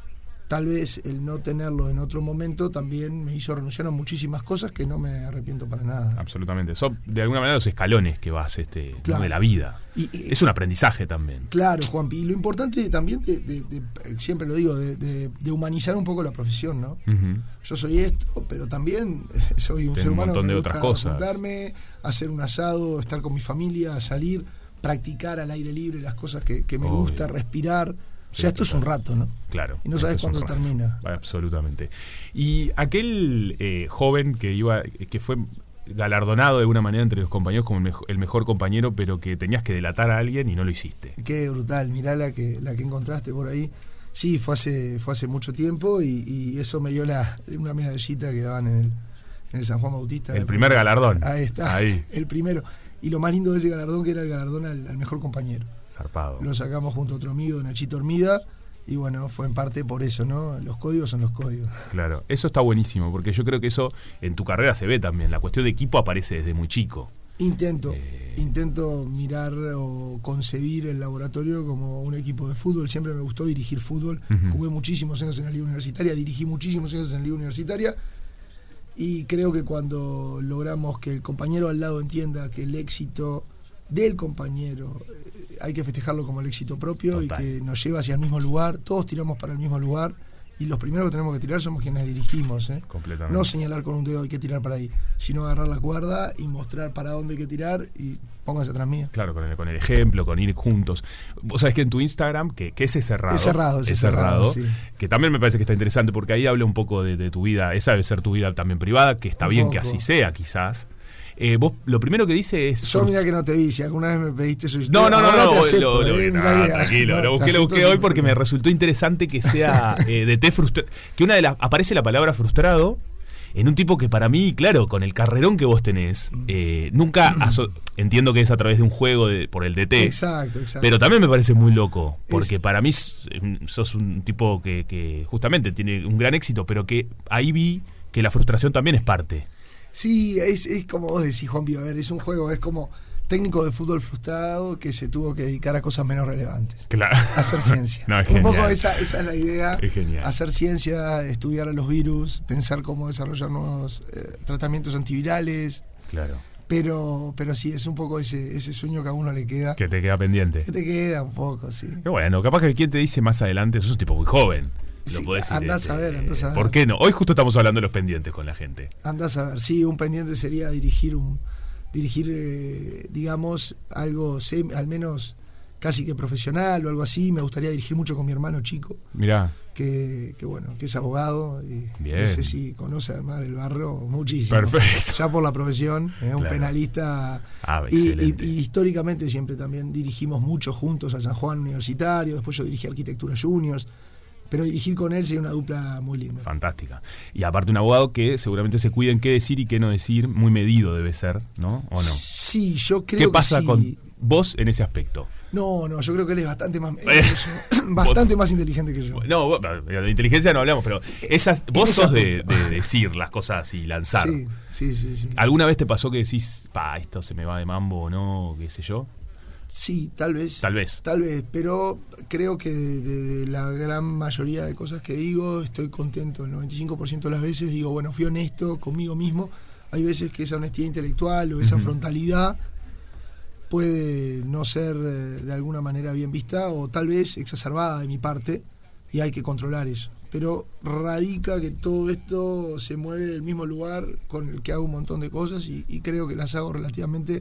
Tal vez el no tenerlo en otro momento también me hizo renunciar a muchísimas cosas que no me arrepiento para nada. Absolutamente. Son de alguna manera los escalones que vas este, ¿no? Claro. de la vida. Y- y- Es un aprendizaje también. Claro, Juanpi. Y lo importante también, de, de- de- siempre lo digo, de, de- de humanizar un poco la profesión, ¿no? Ujú. Yo soy esto, pero también soy un Tenés ser un humano montón que de me otras gusta cosas. juntarme, hacer un asado, estar con mi familia, salir, practicar al aire libre las cosas que, que me Obvio. gusta, respirar. O Sí, sea, esto es un rato, ¿no? Claro. Y no sabes esto es un cuándo rato. termina. Absolutamente. Y aquel eh, joven que iba, que fue galardonado de alguna manera entre los compañeros como el, mejo- el mejor compañero, pero que tenías que delatar a alguien y no lo hiciste. Qué brutal, mirá la que, la que encontraste por ahí. Sí, fue hace, fue hace mucho tiempo, y, y eso me dio la, una medallita que daban en el, en el San Juan Bautista. El primer galardón. Ahí está, Ahí. el primero. Y lo más lindo de ese galardón, que era el galardón al, al mejor compañero. Zarpado. Lo sacamos junto a otro amigo, Nachito Hormida, y bueno, fue en parte por eso, ¿no? Los códigos son los códigos. Claro, eso está buenísimo, porque yo creo que eso en tu carrera se ve también. La cuestión de equipo aparece desde muy chico. Intento, Eh. intento mirar o concebir el laboratorio como un equipo de fútbol. Siempre me gustó dirigir fútbol. Ujú. Jugué muchísimos años en la liga universitaria, dirigí muchísimos años en la liga universitaria. Y creo que cuando logramos que el compañero al lado entienda que el éxito del compañero eh, hay que festejarlo como el éxito propio, Total. y que nos lleva hacia el mismo lugar, todos tiramos para el mismo lugar, y los primeros que tenemos que tirar somos quienes dirigimos, ¿eh? Completamente. No señalar con un dedo hay que tirar para ahí, sino agarrar la cuerda y mostrar para dónde hay que tirar, y pónganse atrás mío. Claro, con el, con el ejemplo, con ir juntos. Vos sabés que en tu Instagram, que, que ese es cerrado. Es cerrado, ese es cerrado, sí. Que también me parece que está interesante, porque ahí habla un poco de, de tu vida. Esa debe ser tu vida también privada, que está Un bien poco. que así sea, quizás. Eh, vos lo primero que dice es. Yo mira que no te vi, si alguna vez me pediste su No, no, no, ahora no, te lo- acepto, lo- eh, no, mirá que- tranquilo, no, lo te busqué, lo acepto busqué hoy sin porque me problema. resultó interesante que sea eh, de té frustrado, que una de las aparece la palabra frustrado en un tipo que para mí, claro, con el carrerón que vos tenés, eh, nunca aso- entiendo que es a través de un juego de, por el D T, Exacto, exacto. pero también me parece muy loco, porque Es- para mí s- sos un tipo que, que justamente tiene un gran éxito, pero que ahí vi que la frustración también es parte. Sí, es, es como vos decís, Juan Pío, a ver, es un juego, es como técnico de fútbol frustrado que se tuvo que dedicar a cosas menos relevantes. Claro. Hacer ciencia. No, es un poco genial. esa, esa es la idea. Es genial. Hacer ciencia, estudiar a los virus, pensar cómo desarrollar nuevos eh, tratamientos antivirales, Claro. Pero, pero sí, es un poco ese, ese sueño que a uno le queda. Que te queda pendiente. Que te queda un poco, sí. Pero bueno, capaz que quien te dice más adelante, sos un tipo muy joven. Lo Sí, podés decir, andás este, a ver, andás a ver. ¿Por qué no? Hoy justo estamos hablando de los pendientes con la gente. Andás a ver, sí, un pendiente sería dirigir un dirigir eh, digamos algo sem- al menos casi que profesional o algo así. Me gustaría dirigir mucho con mi hermano chico, Mirá, que, que bueno, que es abogado y Bien. ese sí conoce además del barrio muchísimo. Perfecto. Ya por la profesión, es un Claro. penalista. Ah, y, y- excelente. y históricamente siempre también dirigimos mucho juntos al San Juan Universitario, después yo dirigí Arquitectura Juniors, pero dirigir con él sería una dupla muy linda. fantástica. Y aparte un abogado que seguramente se cuida en qué decir y qué no decir, muy medido debe ser, ¿no? ¿O no? Sí, yo creo ¿Qué que pasa sí. con vos en ese aspecto? No, no, yo creo que él es bastante más, Eh, bastante más inteligente que yo. No, vos- de inteligencia no hablamos, pero esas, vos ese sos de, aspecto. de decir las cosas y lanzar. Sí, sí, sí, sí. ¿Alguna vez te pasó que decís, pa, esto se me va de mambo o no, qué sé yo? Sí, tal vez. Tal vez. Tal vez, pero creo que de, de- de la gran mayoría de cosas que digo estoy contento. El noventa y cinco por ciento de las veces digo, bueno, fui honesto conmigo mismo. Hay veces que esa honestidad intelectual o esa Ujú. frontalidad puede no ser eh, de alguna manera bien vista o tal vez exacerbada de mi parte y hay que controlar eso. Pero radica que todo esto se mueve del mismo lugar con el que hago un montón de cosas y, y creo que las hago relativamente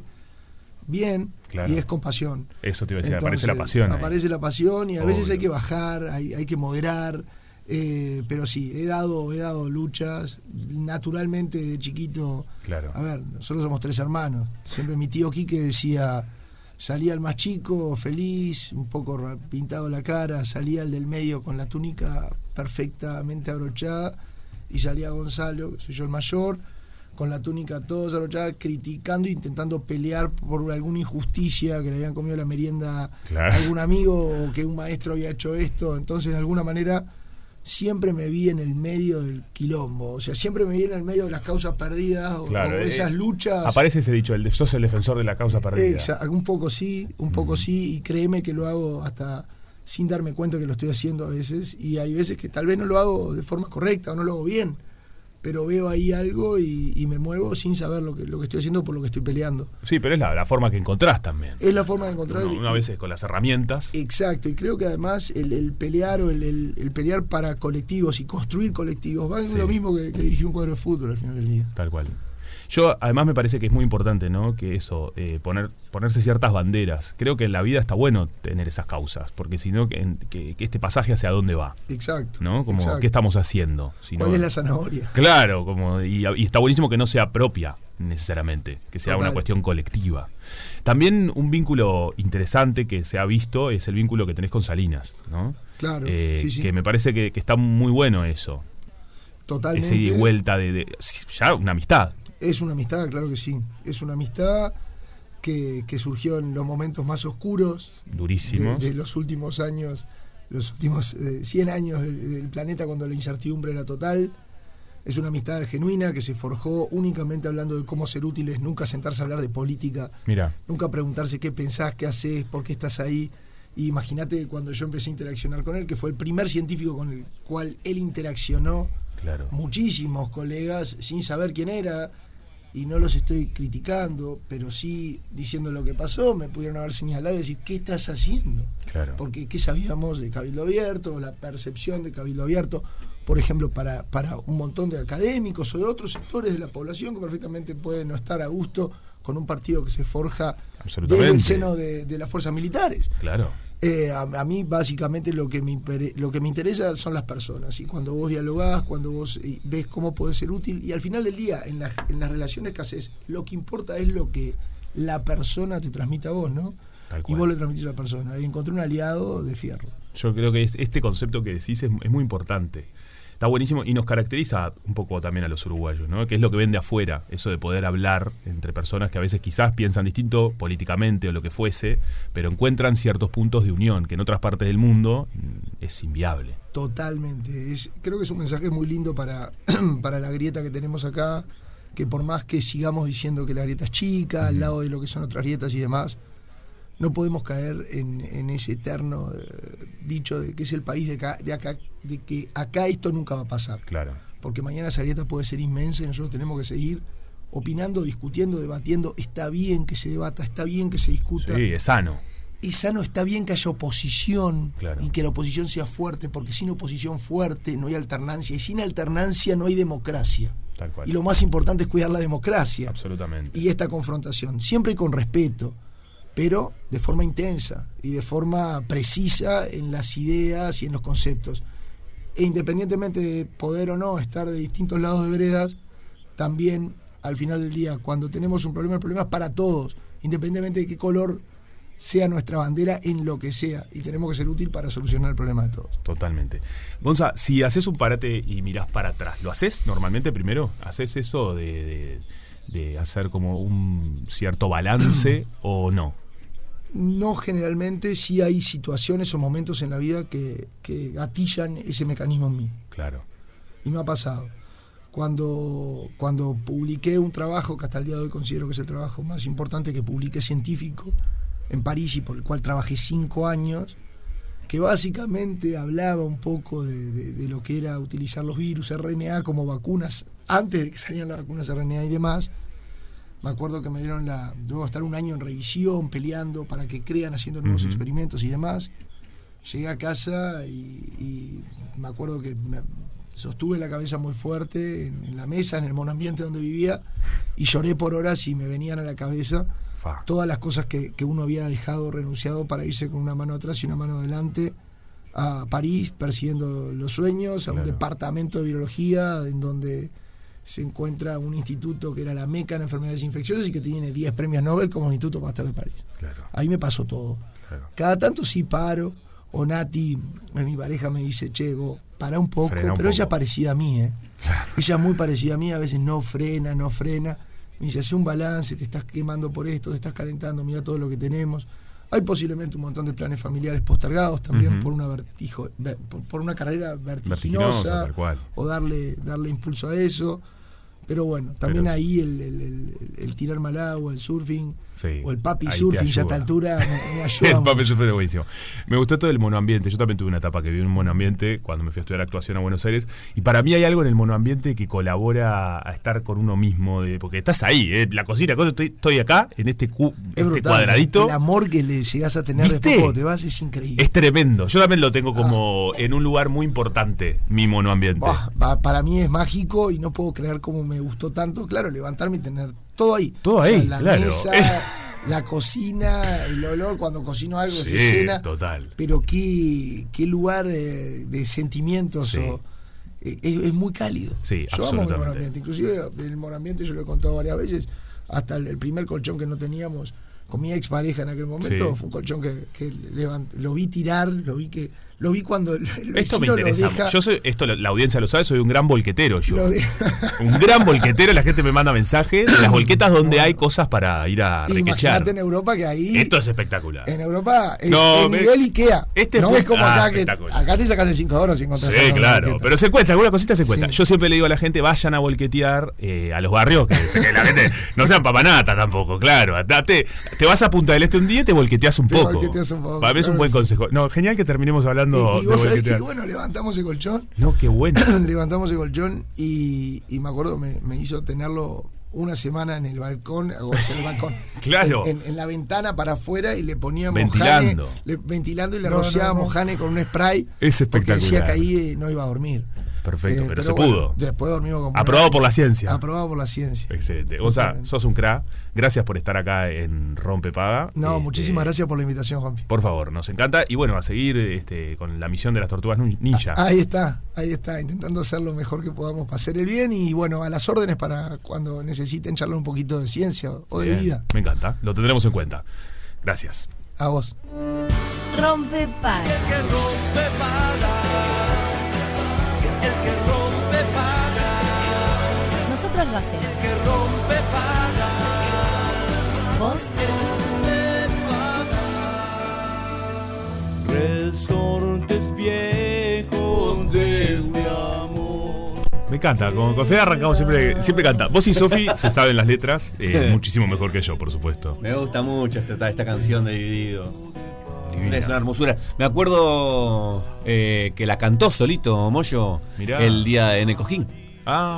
bien. Claro. Y es con pasión. Eso te iba a decir, Entonces, aparece la pasión ahí. Aparece la pasión y a veces Obvio. hay que bajar, hay, hay que moderar. eh, pero sí, he dado, he dado luchas. Naturalmente de chiquito. Claro. A ver, nosotros somos tres hermanos. Siempre mi tío Quique decía, salía el más chico, feliz, un poco ra- pintado la cara, salía el del medio con la túnica perfectamente abrochada y salía Gonzalo, que soy yo el mayor, con la túnica toda desabrochada, criticando, intentando pelear por alguna injusticia, que le habían comido la merienda Claro. a algún amigo o que un maestro había hecho esto. Entonces, de alguna manera, siempre me vi en el medio del quilombo. O sea, siempre me vi en el medio de las causas perdidas o, Claro, o eh, esas luchas. Aparece ese dicho, el de- sos el defensor de la causa perdida. Exa- un poco sí, un poco sí, y créeme que lo hago hasta sin darme cuenta que lo estoy haciendo a veces, y hay veces que tal vez no lo hago de forma correcta o no lo hago bien, pero veo ahí algo y, y me muevo sin saber lo que, lo que estoy haciendo por lo que estoy peleando. Sí, pero es la, la forma que encontrás también. Es la forma de encontrar... Uno, uno a veces con las herramientas. Exacto, y creo que además el, el pelear o el, el- el pelear para colectivos y construir colectivos va en Sí. lo mismo que, que dirigir un cuadro de fútbol al final del día. Tal cual. Yo, además, me parece que es muy importante, ¿no? Que eso, eh, poner, ponerse ciertas banderas. Creo que en la vida está bueno tener esas causas, porque si no, que, que- que este pasaje hacia dónde va, Exacto. ¿no? Como, exacto. ¿qué estamos haciendo? Si ¿Cuál no- es la zanahoria? Claro, como, y, y está buenísimo que no sea propia, necesariamente, que sea Total. una cuestión colectiva. También un vínculo interesante que se ha visto es el vínculo que tenés con Salinas, ¿no? Claro, Eh, sí, sí. Que me parece que, que está muy bueno eso. Totalmente. Ese ida y vuelta de, de- ya una amistad. Es una amistad, claro que sí. Es una amistad que, que surgió en los momentos más oscuros Durísimos. de, de los últimos años, los últimos eh, cien años del, del planeta, cuando la incertidumbre era total. Es una amistad genuina que se forjó únicamente hablando de cómo ser útiles, nunca sentarse a hablar de política, Mira, nunca preguntarse qué pensás, qué haces, por qué estás ahí. Y imagínate cuando yo empecé a interaccionar con él, que fue el primer científico con el cual él interaccionó, claro. muchísimos colegas sin saber quién era, y no los estoy criticando, pero sí diciendo lo que pasó, me pudieron haber señalado y decir, ¿qué estás haciendo? Claro. Porque ¿qué sabíamos de Cabildo Abierto, la percepción de Cabildo Abierto, por ejemplo, para, para un montón de académicos o de otros sectores de la población que perfectamente pueden no estar a gusto con un partido que se forja Absolutamente. desde el seno de, de las fuerzas militares? Claro. Eh, a, a mí básicamente lo que, me, impere- lo que me interesa son las personas, y cuando vos dialogás, cuando vos eh, ves cómo podés ser útil, y al final del día en, las en las relaciones que haces, lo que importa es lo que la persona te transmite a vos, ¿no? Tal Y cual. vos le transmitís a la persona, y encontré un aliado de fierro. Yo creo que es, este concepto que decís es, es muy importante. Está buenísimo y nos caracteriza un poco también a los uruguayos, ¿no? Que es lo que ven de afuera, eso de poder hablar entre personas que a veces quizás piensan distinto políticamente o lo que fuese, pero encuentran ciertos puntos de unión que en otras partes del mundo mm, es inviable. Totalmente. Es, creo que es un mensaje muy lindo para, para la grieta que tenemos acá, que por más que sigamos diciendo que la grieta es chica, al lado de lo que son otras grietas y demás, no podemos caer en, en ese eterno eh, dicho de que es el país de acá, de acá, de que acá esto nunca va a pasar. Claro. Porque mañana esa grieta puede ser inmensa y nosotros tenemos que seguir opinando, discutiendo, debatiendo. Está bien que se debata, está bien que se discuta. Sí, es sano. Es sano, está bien que haya oposición, claro, y que la oposición sea fuerte, porque sin oposición fuerte no hay alternancia, y sin alternancia no hay democracia. Tal cual. Y lo más importante es cuidar la democracia. Absolutamente. Y esta confrontación, siempre con respeto, pero de forma intensa y de forma precisa en las ideas y en los conceptos. E independientemente de poder o no estar de distintos lados de veredas, también al final del día, cuando tenemos un problema, el problema es para todos, independientemente de qué color sea nuestra bandera, en lo que sea, y tenemos que ser útil para solucionar el problema de todos. Totalmente. Gonza, si haces un parate y mirás para atrás, ¿lo haces normalmente primero? ¿Haces eso de, de, de hacer como un cierto balance o no? No, generalmente sí hay situaciones o momentos en la vida que, que gatillan ese mecanismo en mí. Claro. Y me ha pasado. Cuando, cuando publiqué un trabajo que hasta el día de hoy considero que es el trabajo más importante que publiqué científico en París y por el cual trabajé cinco años, que básicamente hablaba un poco de, de, de lo que era utilizar los virus R N A como vacunas, antes de que salieran las vacunas R N A y demás. Me acuerdo que me dieron la... Luego de estar un año en revisión, peleando para que crean, haciendo nuevos uh-huh. experimentos y demás. Llegué a casa y, y me acuerdo que me sostuve la cabeza muy fuerte en, en la mesa, en el monoambiente donde vivía, y lloré por horas y me venían a la cabeza Fa. todas las cosas que, que uno había dejado, renunciado para irse con una mano atrás y una mano adelante a París, persiguiendo los sueños, a claro. un departamento de virología en donde se encuentra un instituto que era la meca en enfermedades infecciosas y que tiene diez premios Nobel como Instituto Pasteur de París. Claro. Ahí me pasó todo. Claro. Cada tanto sí paro, o Nati, mi pareja, me dice, che, vos, para un poco, frena un pero poco. Ella es parecida a mí, ¿eh? Claro. Ella es muy parecida a mí, a veces no frena, no frena. Me dice, hace un balance, te estás quemando por esto, te estás calentando, mira todo lo que tenemos. Hay posiblemente un montón de planes familiares postergados también uh-huh. por una vertijo, por, por una carrera vertiginosa, vertiginosa tal cual. O darle, darle impulso a eso. Pero bueno, también Pero, ahí el, el, el, el tirar mal agua, el surfing, sí, o el papi surfing, ya a esta altura me, me ayuda. El papi surfing es buenísimo. Me gustó todo el monoambiente. Yo también tuve una etapa que viví en un monoambiente cuando me fui a estudiar actuación a Buenos Aires. Y para mí hay algo en el monoambiente que colabora a estar con uno mismo. De, porque estás ahí, ¿eh? La cocina, estoy, estoy acá, en este, cu, este brutal, cuadradito. El amor que le llegás a tener ¿Viste? Después cuando te vas es increíble. Es tremendo. Yo también lo tengo como ah. en un lugar muy importante, mi monoambiente. Bah, para mí es mágico y no puedo creer cómo me gustó tanto. Claro, levantarme y tener todo ahí. Todo o sea, ahí, la claro. mesa, la cocina, el olor cuando cocino algo sí, se llena. Total. Pero qué, qué lugar eh, de sentimientos. Sí. O, eh, es, es muy cálido. Sí, yo amo mi monoambiente. Inclusive el monoambiente yo lo he contado varias veces. Hasta el, el primer colchón que no teníamos con mi expareja en aquel momento sí. fue un colchón que, que levant, lo vi tirar, lo vi que lo vi cuando el esto me interesa. Lo deja, yo soy, esto la audiencia lo sabe, soy un gran volquetero yo. Un gran volquetero, la gente me manda mensajes de las volquetas donde hay cosas para ir a requechar. Imagínate en Europa que ahí esto es espectacular. En Europa es no, el me, nivel Ikea. Este no es, es como ah, acá que acá te sacas de cinco euros sin encontrar. Sí, claro, pero se encuentra, alguna cosita se encuentra. Sí. Yo siempre le digo a la gente, vayan a volquetear eh, a los barrios, que, que la gente no sean papanata tampoco, claro. Te, te vas a Punta del Este un día y te volqueteas un te poco. Volqueteas un poco. Para mí es un buen consejo. No, genial que terminemos hablando y, y de volquetear. Y bueno, levantamos el colchón. No, qué bueno. Levantamos el colchón y, y me acuerdo, me, me hizo tenerlo una semana en el balcón, o sea, el balcón claro. en, en, en la ventana para afuera y le poníamos ventilando, jane, le, ventilando y le no, rociábamos no, no. jane con un spray. Es espectacular. Porque decía que ahí eh, no iba a dormir. Perfecto, eh, pero, pero se bueno, pudo. Después dormimos como aprobado por la ciencia. Aprobado por la ciencia. Excelente. Gonza, sos un crack. Gracias por estar acá en Rompepaga. No, este, muchísimas gracias por la invitación, Juanpi. Por favor, nos encanta. Y bueno, a seguir este, con la misión de las tortugas ninja. Ahí está, ahí está, intentando hacer lo mejor que podamos para hacer el bien y bueno, a las órdenes para cuando necesiten charlar un poquito de ciencia o de bien, vida. Me encanta, lo tendremos en cuenta. Gracias. A vos. Rompepaga. El que rompe paga. El que rompe paga. Nosotros lo hacemos. El que rompe paga. ¿Vos? Resortes viejos de este amor. Me encanta, con, con Fede arrancamos siempre, siempre canta. Vos y Sofi se saben las letras, eh, muchísimo mejor que yo, por supuesto. Me gusta mucho esta, esta canción de Divididos. Divina. Es una hermosura. Me acuerdo eh, que la cantó solito Moyo. Mirá. El día en el Cojín. Ah,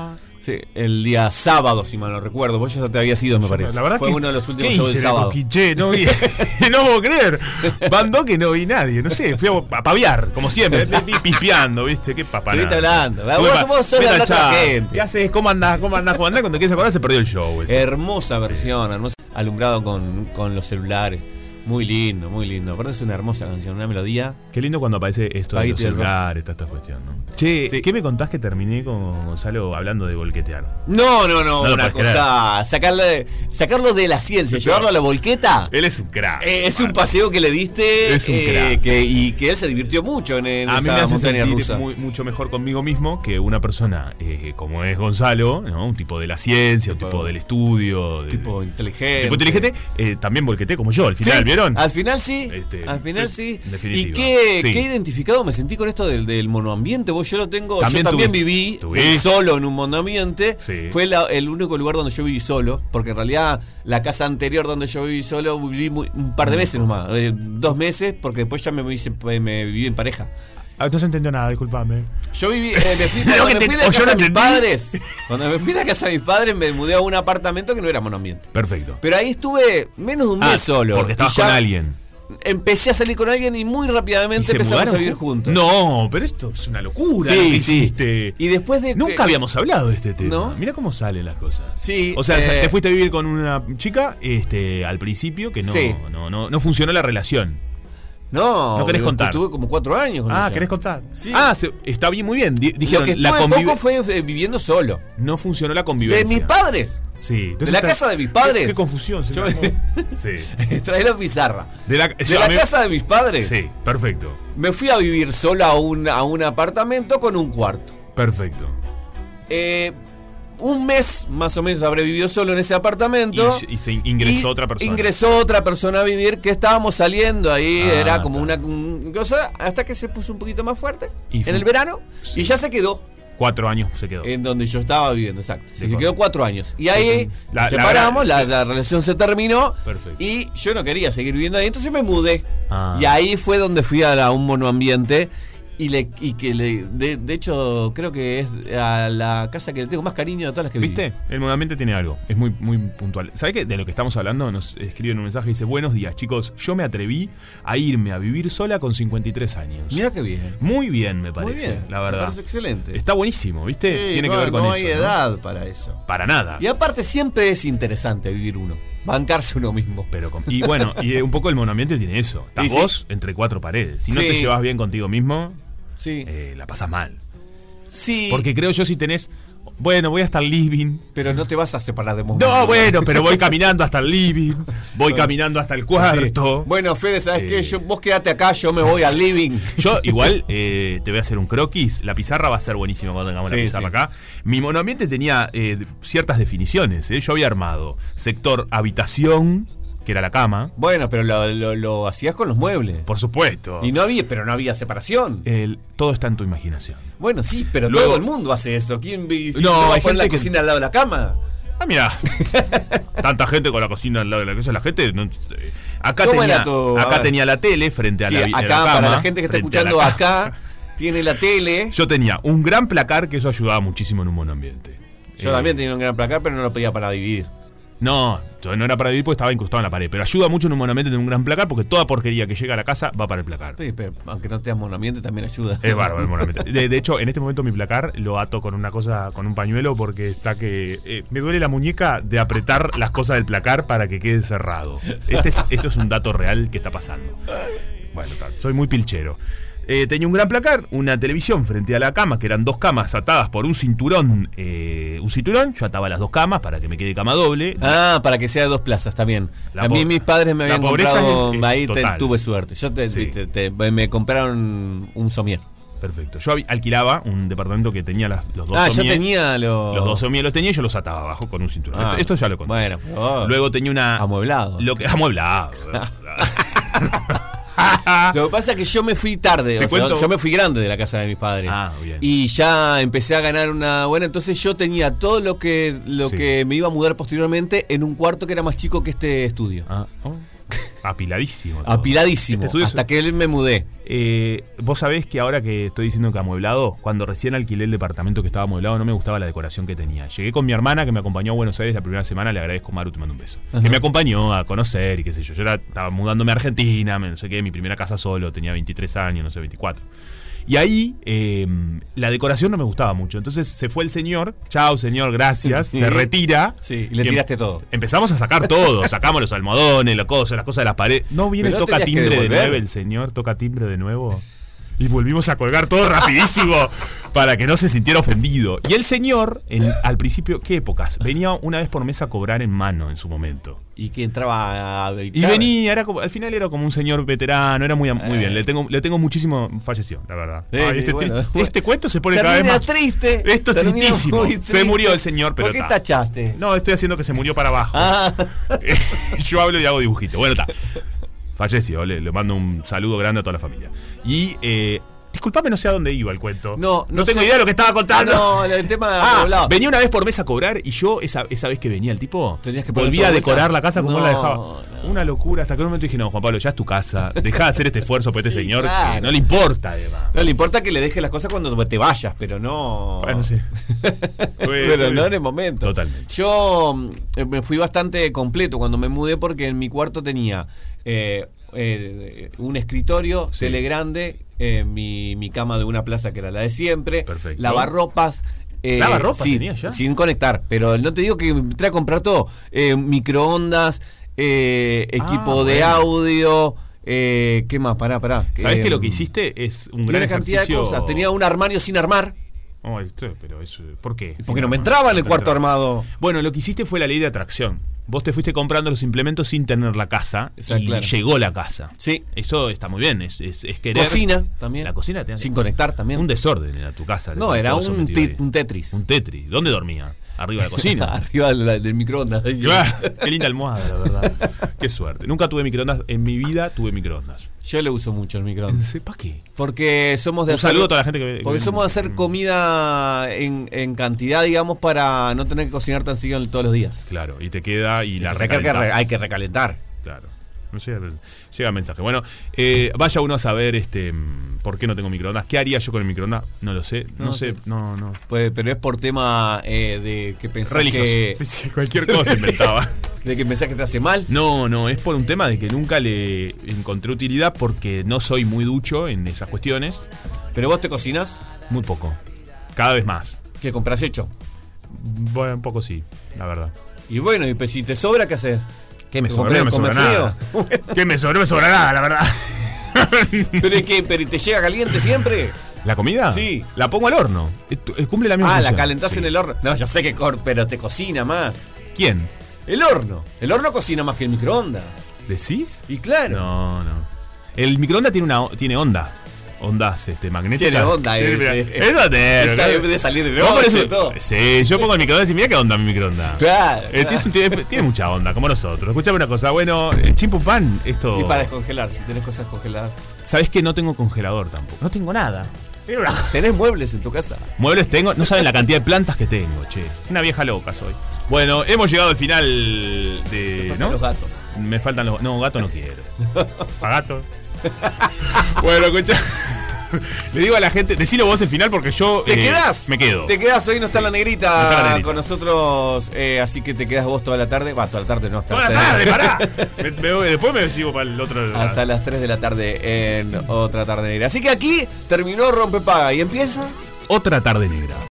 Sí, el día sábado, si mal no recuerdo. Vos ya te habías ido, me parece. La verdad Fue que, uno de los últimos ¿qué shows hice del de sábado. Coquiché? No vi, no puedo creer. Bandó que no vi nadie, no sé, fui a, a paviar, como siempre, pispeando, ¿viste? Qué papanada. Estuviste hablando. Fui Vos, pa- vos sos fui de a hablar con la tachar. gente. ¿Qué haces? ¿Cómo andás? ¿Cómo andás? ¿Cómo andás? Cuando quieres acordar se perdió el show. ¿viste? Hermosa versión, hermosa. Alumbrado con, con los celulares. Muy lindo, muy lindo. Aparte es una hermosa canción, una melodía. Qué lindo cuando aparece esto de Ahí los te rock. celulares, toda esta cuestión, ¿no? Che, Sí. ¿qué me contás que terminé con Gonzalo hablando de volquetear? No, no, no, No lo una podés cosa. Sacarle, sacarlo de la ciencia, llevarlo a la volqueta. Él es un crack. Eh, es un paseo que le diste Es un eh, crack. que, y que él se divirtió mucho en, en A mí esa me hace montaña sentir rusa. muy- mucho mejor conmigo mismo que una persona eh, como es Gonzalo, ¿no? Un tipo de la ciencia, un tipo del estudio. de- tipo inteligente. tipo inteligente, eh, también volqueté como yo al final, Sí, ¿vieron? Al final sí. Este, al final es- sí. en definitiva. Y qué, Sí. qué identificado me sentí con esto del, del monoambiente. Vos, yo lo tengo. También yo también tuviste- viví tuviste. solo en un monoambiente. Sí. Fue la- el único lugar donde yo viví solo. Porque en realidad la casa anterior donde yo viví solo viví muy- un par de meses nomás. eh, dos meses, porque después ya me, hice- me viví en pareja. Ah, no se entendió nada, disculpame. Yo viví, eh, me fui, Lo cuando que me te- fui de o yo casa no de mis entendí. padres, cuando me fui de casa de mis padres me mudé a un apartamento que no era monoambiente. Perfecto. Pero ahí estuve menos de un Ah, mes solo. porque estabas Y ya con alguien. Empecé a salir con alguien y muy ¿Y rápidamente se empezamos mudaron a vivir ju- juntos. No, pero esto es una locura Sí, lo que sí. hiciste. Y después de Nunca que- habíamos hablado de este tema. ¿No? Mira cómo salen las cosas. Sí. O sea, eh, te fuiste a vivir con una chica este, al principio que no, Sí. no, no, no funcionó la relación. No, ¿No querés digo, contar? Estuve como cuatro años con Ah, ella. ¿querés contar? Sí. Ah, se- está bien, muy bien. Di- Lo Dijeron, que la estuve convive- poco fue eh, viviendo solo. No funcionó la De convivencia. mis padres. Sí. De la casa de mis padres. Qué, qué confusión. Se Yo me me- armó. Sí. Trae la pizarra. De la, De yo- la a mí- casa de mis padres. Sí, perfecto. Me fui a vivir solo a un, a un apartamento con un cuarto. Perfecto. Eh, un mes más o menos habré vivido solo en ese apartamento. Y, y se ingresó Y otra persona. Ingresó otra persona a vivir, que estábamos saliendo ahí, Ah, era como está. una un- cosa, hasta que se puso un poquito más fuerte Y fue- en el verano, Sí. y ya se quedó Cuatro años se quedó. en donde yo estaba viviendo, exacto. Se De quedó cuatro años. Y ahí La- nos la separamos, la, verdad- la relación se terminó, Perfecto. y yo no quería seguir viviendo ahí, entonces me mudé. Ah. Y ahí fue donde fui a, la- a un monoambiente. Y, le, y que le, de, de hecho, creo que es a la casa que le tengo más cariño de todas las que viví. ¿Viste? El monoambiente tiene algo. Es muy, muy puntual. ¿Sabe qué? De lo que estamos hablando, nos escriben un mensaje y dice: Buenos días, chicos. Yo me atreví a irme a vivir sola con cincuenta y tres años. Mira qué bien. Muy bien, me Muy parece. bien. La verdad. Me parece excelente. Está buenísimo, ¿viste? Sí, tiene no, que ver con no eso. hay ¿no? edad para eso. Para nada. Y aparte siempre es interesante vivir uno. Bancarse uno mismo. Pero con- y bueno, y un poco el monoambiente tiene eso. Estás Sí, sí. vos entre cuatro paredes. Si no Sí. te llevas bien contigo mismo, Sí. eh, la pasas mal. Sí. Porque creo yo si tenés. Bueno, voy hasta el living. Pero no te vas a separar de vos No, mismo. bueno, pero voy caminando hasta el living. Voy caminando hasta el cuarto. Sí. Bueno, Fede, ¿sabes Eh. qué? Yo, vos quedate acá, yo me voy al living. Yo igual eh, te voy a hacer un croquis. La pizarra va a ser buenísima cuando tengamos la Sí, pizarra sí. acá. Mi monoambiente tenía eh, ciertas definiciones. ¿eh? Yo había armado sector habitación, que era la cama. Bueno, pero lo, lo- lo hacías con los muebles. Por supuesto. Y no había, pero no había separación. El, todo está en tu imaginación. Bueno, sí, pero Luego- todo el mundo hace eso. ¿Quién vi- si No, no, va a hay poner la gente que- cocina al lado de la cama? Ah, mira. Tanta gente con la cocina al lado de la casa. La gente. No, eh, acá ¿Cómo tenía, era tu- a acá ver? tenía la tele frente a Sí, la, a la acá, cama. para la gente que está frente a la escuchando cama. acá, tiene la tele. Yo tenía un gran placar que eso ayudaba muchísimo en un monoambiente. Yo Eh, también tenía un gran placar, pero no lo pedía para dividir. No, yo no era para vivir porque estaba incrustado en la pared. Pero ayuda mucho en un monoambiente tener un gran placar porque toda porquería que llega a la casa va para el placar. Sí, pero aunque no tengas monoambiente, también ayuda. Es bárbaro el monoambiente. De, de hecho, en este momento mi placar lo ato con una cosa, con un pañuelo porque está que. eh, me duele la muñeca de apretar las cosas del placar para que quede cerrado. Este es, esto es un dato real que está pasando. Bueno, tal, soy muy pilchero. Eh, tenía un gran placar, una televisión frente a la cama, que eran dos camas atadas por un cinturón. eh, un cinturón, yo ataba las dos camas para que me quede cama doble. Ah, para que sea de dos plazas, está bien. La a mí po- mis padres me la habían pobreza comprado, es- es ahí te- total. tuve suerte. Yo te, Sí. te- te- me compraron un somier. Perfecto. Yo hab- alquilaba un departamento que tenía las- los dos Ah, yo somier. tenía los... Los dos somier los tenía y yo los ataba abajo con un cinturón. Ah, esto, esto ya lo conté. Bueno, pero- Luego tenía una. Amueblado. Lo que, amueblado. Lo que pasa es que yo me fui tarde, Te o sea, cuento- yo me fui grande de la casa de mis padres. Ah, bien. Y ya empecé a ganar una buena, entonces yo tenía todo lo que lo Sí. que me iba a mudar posteriormente en un cuarto que era más chico que este estudio. Ah, oh. Apiladísimo. todo. Apiladísimo. Este estudio hasta es- que él me mudé. Eh, Vos sabés que ahora que estoy diciendo que amueblado, cuando recién alquilé el departamento que estaba amueblado, no me gustaba la decoración que tenía. Llegué con mi hermana que me acompañó a Buenos Aires la primera semana, le agradezco, Maru, te mando un beso. Ajá. Que me acompañó a conocer y qué sé yo. Yo era, estaba mudándome a Argentina, me- no sé qué, mi primera casa solo, tenía veintitrés años, no sé, veinticuatro. Y ahí eh, la decoración no me gustaba mucho. Entonces se fue el señor, chao señor, gracias, Sí. se retira. Sí, y le em- tiraste todo. Empezamos a sacar todo, sacamos los almohadones, las cosas, las cosas de las paredes. No viene, Pero no toca tenías que timbre de devolver. nuevo el señor, toca timbre de nuevo. Y volvimos a colgar todo rapidísimo para que no se sintiera ofendido. Y el señor, en- al principio, ¿qué épocas? Venía una vez por mes a cobrar en mano en su momento. Y que entraba a Y venía, era como, al final era como un señor veterano, era muy, muy bien. Le tengo, le tengo muchísimo. Falleció, la verdad. Sí, Ay, sí, este, bueno. este- este cuento se pone cada vez Termina más triste. Esto es termina tristísimo. muy Se triste. murió el señor, pero ¿Por qué ta. tachaste? No, estoy haciendo que se murió para abajo. Ah. Yo hablo y hago dibujito. Bueno, está. Falleció, le, le mando un saludo grande a toda la familia. Y, eh, disculpame, no sé a dónde iba el cuento. No, no no tengo sé. idea de lo que estaba contando. No, el tema Ah, amueblado. venía una vez por mes a cobrar y yo, esa, esa vez que venía el tipo, Tenías que poner volvía todo a de decorar vuelta. la casa como No, él la dejaba. Una locura. Hasta que en un momento dije, no, Juan Pablo, ya es tu casa. Dejá de hacer este esfuerzo por este Sí, señor claro. que no le importa, además. No le importa que le dejes las cosas cuando te vayas, pero no. Bueno, sí. Pero no en el momento. Totalmente. Yo mm, me fui bastante completo cuando me mudé porque en mi cuarto tenía eh, eh, un escritorio, Sí. tele grande, eh, mi, mi cama de una plaza que era la de siempre, Perfecto. lavarropas. Eh, ¿Lavarropas sí, tenía ya? sin conectar, pero no te digo que entré a comprar todo. Eh, microondas, eh, equipo Ah, de bueno. audio, eh, ¿qué más? Pará, pará. ¿Sabés Eh, que lo que hiciste es un tiene gran una cantidad ejercicio? de cosas. Tenía un armario sin armar. Ay, sí, pero eso, ¿por qué? Porque Sí, no me no, entraba en el no cuarto entraba. armado. Bueno, lo que hiciste fue la ley de atracción. Vos te fuiste comprando los implementos sin tener la casa Exacto, y claro. llegó la casa. Sí. Eso está muy bien, es, es, es querer. Cocina también. La cocina te Sin conectar también. Un desorden era tu casa. No, era todo eso un, metido ti- ahí. un Tetris. Un Tetris. ¿Dónde dormía? Arriba de la cocina. Arriba del, del microondas. Claro, qué linda almohada, la verdad. Qué suerte. Nunca tuve microondas. En mi vida tuve microondas. Yo le uso mucho el microondas. ¿Para qué? Porque somos de Un hacer, saludo a toda la gente que- Porque que- somos de hacer comida en, en cantidad, digamos, para no tener que cocinar tan seguido todos los días. Claro, y te queda y la Entonces hay, que, recalentás. hay que recalentar. Claro. No llega, llega mensaje. Bueno, eh, vaya uno a saber este mm, por qué no tengo microondas. ¿Qué haría yo con el microondas? No lo sé. No, No sé. sé. No, no. Pues, pero es por tema eh, de que pensás Religioso. que... Sí, cualquier cosa inventaba. De que pensás que te hace mal. No, no, es por un tema de que nunca le encontré utilidad porque no soy muy ducho en esas cuestiones. ¿Pero vos te cocinas? Muy poco. Cada vez más. ¿Qué compras hecho? Bueno, un poco sí, la verdad. Y bueno, y pues, si te sobra, ¿qué haces? ¿Qué me ¿Te sobra? No me compras- sobra comes nada. frío? ¿Qué me sobra? No me sobra nada, la verdad. ¿Pero es que pero te llega caliente siempre? ¿La comida? Sí. La pongo al horno. Es- es- Cumple la misma Ah, la función. calentás Sí. en el horno. No, ya sé que cor, pero te cocina más. ¿Quién? El horno. El horno cocina más que el microondas. ¿Decís? Y claro. No, no. El microondas tiene una tiene onda. Ondas este, magnéticas. Tiene onda, Sí, eh, mira, sí. Eso te. Esa debe de salir de ¿Cómo por noche, eso? todo. Sí, yo pongo el microondas y mira qué onda mi microondas. Claro, Eh, claro. tiene, tiene- tiene mucha onda, como nosotros. Escuchame una cosa. Bueno, el chimpupán, esto. Y para descongelar, si tenés cosas congeladas. Sabés que no tengo congelador tampoco. No tengo nada. ¿Tenés muebles en tu casa? Muebles tengo, no saben la cantidad de plantas que tengo, che. Una vieja loca soy. Bueno, hemos llegado al final de. Me faltan ¿no? los gatos. Me faltan los. No, gato no quiero. ¿A gato? Bueno, escucha. Le digo a la gente, decilo vos el final porque yo. ¿Te eh, quedás? Me quedo. Te quedás, hoy no está Sí. la negrita, No está la negrita. con nosotros, eh, así que te quedás vos toda la tarde. Va, toda la tarde no, hasta Toda la las tres. tarde, pará. Me- me voy- después me sigo para el otro. Hasta las tres de la tarde en Otra Tarde Negra. Así que aquí terminó Rompepaga y empieza Otra tarde negra.